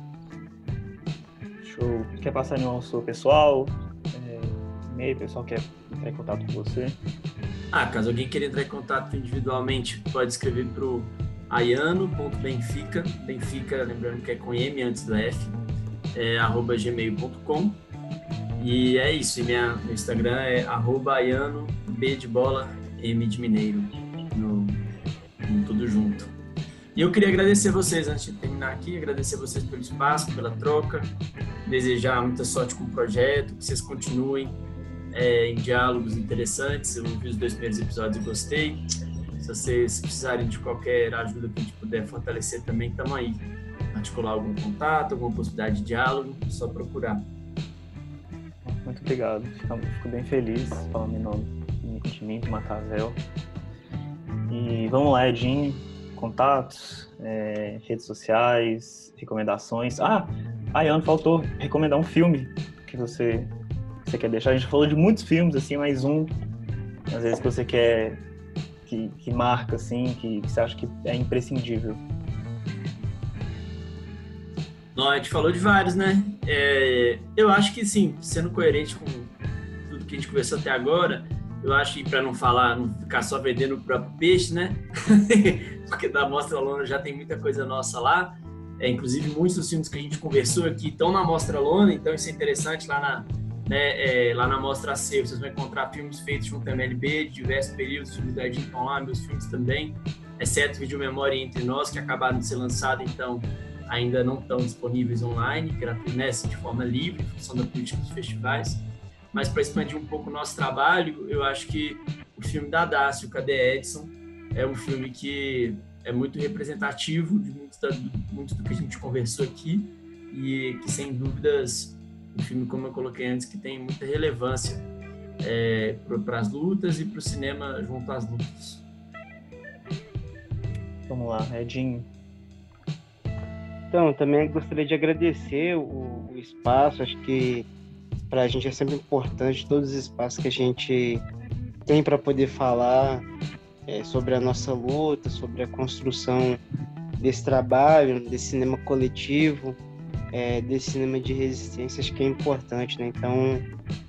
Show. Quer passar nenhum seu pessoal? E-mail, o pessoal quer entrar em contato com você? Caso alguém queira entrar em contato individualmente, pode escrever para o aiano.benfica, Benfica, lembrando que é com M antes do F, @gmail.com. E é isso, e meu Instagram é @aiano, B de bola, M de mineiro, no tudo junto. E eu queria agradecer vocês, antes de terminar aqui, agradecer vocês pelo espaço, pela troca, desejar muita sorte com o projeto, que vocês continuem em diálogos interessantes. Eu vi os 2 primeiros episódios e gostei. Se vocês precisarem de qualquer ajuda que a gente puder fortalecer também, estamos aí. Articular algum contato, alguma possibilidade de diálogo, é só procurar. Muito obrigado. Fico bem feliz falando em nome de mim, do Matavel. E vamos lá, Edinho. Contatos, redes sociais, recomendações. Ayano, faltou recomendar um filme que você quer deixar. A gente falou de muitos filmes, assim, mas às vezes que você quer, que marca, assim, que você acha que é imprescindível. Não, a gente falou de vários, né? Eu acho que, sim, sendo coerente com tudo que a gente conversou até agora, eu acho que, para não ficar só vendendo o próprio peixe, né? Porque da Mostra Lona já tem muita coisa nossa lá. Inclusive, muitos dos filmes que a gente conversou aqui estão na Mostra Lona, então isso é interessante. Lá na Mostra C, vocês vão encontrar filmes feitos junto à MLB, de diversos períodos, filmes da Edinho estão lá, meus filmes também, exceto Vídeo Memória Entre Nós, que acabaram de ser lançados, então ainda não estão disponíveis online, gratuito, de forma livre, em função da política dos festivais. Mas para expandir um pouco o nosso trabalho, eu acho que o filme da Dácio, Cadê Edson, é um filme que é muito representativo de muito do que a gente conversou aqui e que, sem dúvidas, um filme, como eu coloquei antes, que tem muita relevância para as lutas e para o cinema junto às lutas. Vamos lá, Edinho. Então, também gostaria de agradecer o espaço. Acho que para a gente é sempre importante todos os espaços que a gente tem para poder falar sobre a nossa luta, sobre a construção desse trabalho, desse cinema coletivo, desse cinema de resistência. Acho que é importante, né? Então,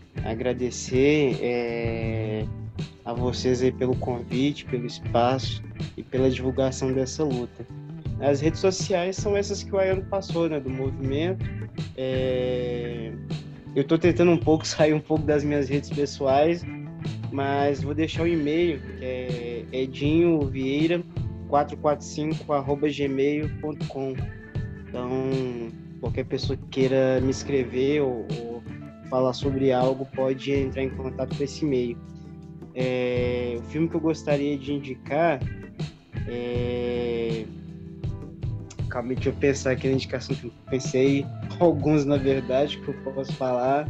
agradecer a vocês aí pelo convite, pelo espaço e pela divulgação dessa luta. As redes sociais são essas que o Ayano passou, né? Do movimento. Eu estou tentando sair um pouco das minhas redes pessoais, mas vou deixar o e-mail, que é edinhovieira445@gmail.com. Então, qualquer pessoa que queira me escrever ou falar sobre algo pode entrar em contato com esse e-mail. O filme que eu gostaria de indicar Calma, deixa eu pensar aqui na indicação que eu pensei. Alguns, na verdade, que eu posso falar.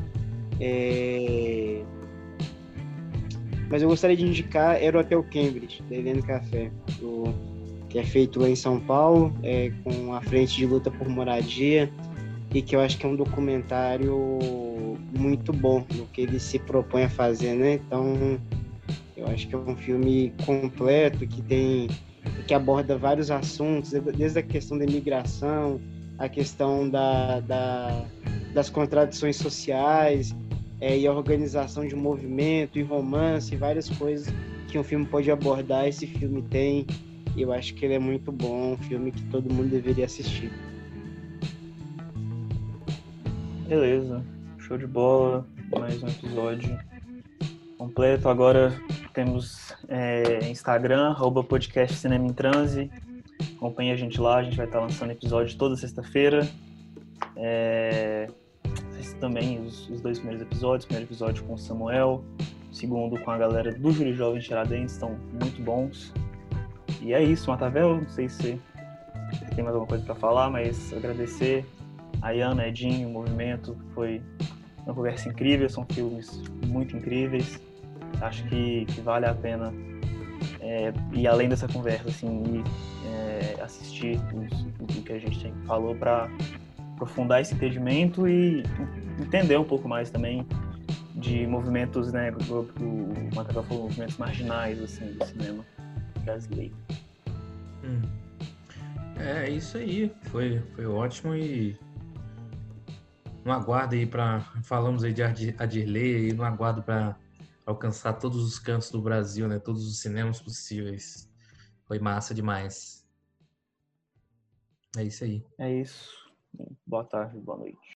Mas eu gostaria de indicar Era o Hotel Cambridge, da Helene Café, que é feito lá em São Paulo, com a Frente de Luta por Moradia, e que eu acho que é um documentário muito bom no que ele se propõe a fazer, né? Então, eu acho que é um filme completo, que aborda vários assuntos, desde a questão da imigração, a questão das contradições sociais, e a organização de um movimento, e romance, e várias coisas que um filme pode abordar. Esse filme tem, e eu acho que ele é muito bom, um filme que todo mundo deveria assistir. Beleza, show de bola, mais um episódio completo. Agora temos Instagram, @podcast Cinema em Transe. Acompanhe a gente lá, a gente vai estar lançando episódio toda sexta-feira. Assista também os 2 primeiros episódios. O primeiro episódio com o Samuel, o segundo com a galera do Júri Jovem Tiradentes, estão muito bons. E é isso, Matavel, não sei se tem mais alguma coisa para falar, mas agradecer a Ayano, Edinho, o movimento, foi uma conversa incrível, são filmes muito incríveis. Acho que vale a pena ir além dessa conversa, assim, e assistir o que a gente falou para aprofundar esse entendimento e entender um pouco mais também de movimentos, né? O Matavel falou, movimentos marginais, assim, do cinema brasileiro. É isso aí, foi ótimo e no aguardo aí para falamos aí de Adirley e no aguardo para alcançar todos os cantos do Brasil, né? Todos os cinemas possíveis. Foi massa demais. É isso aí. É isso. Boa tarde, boa noite.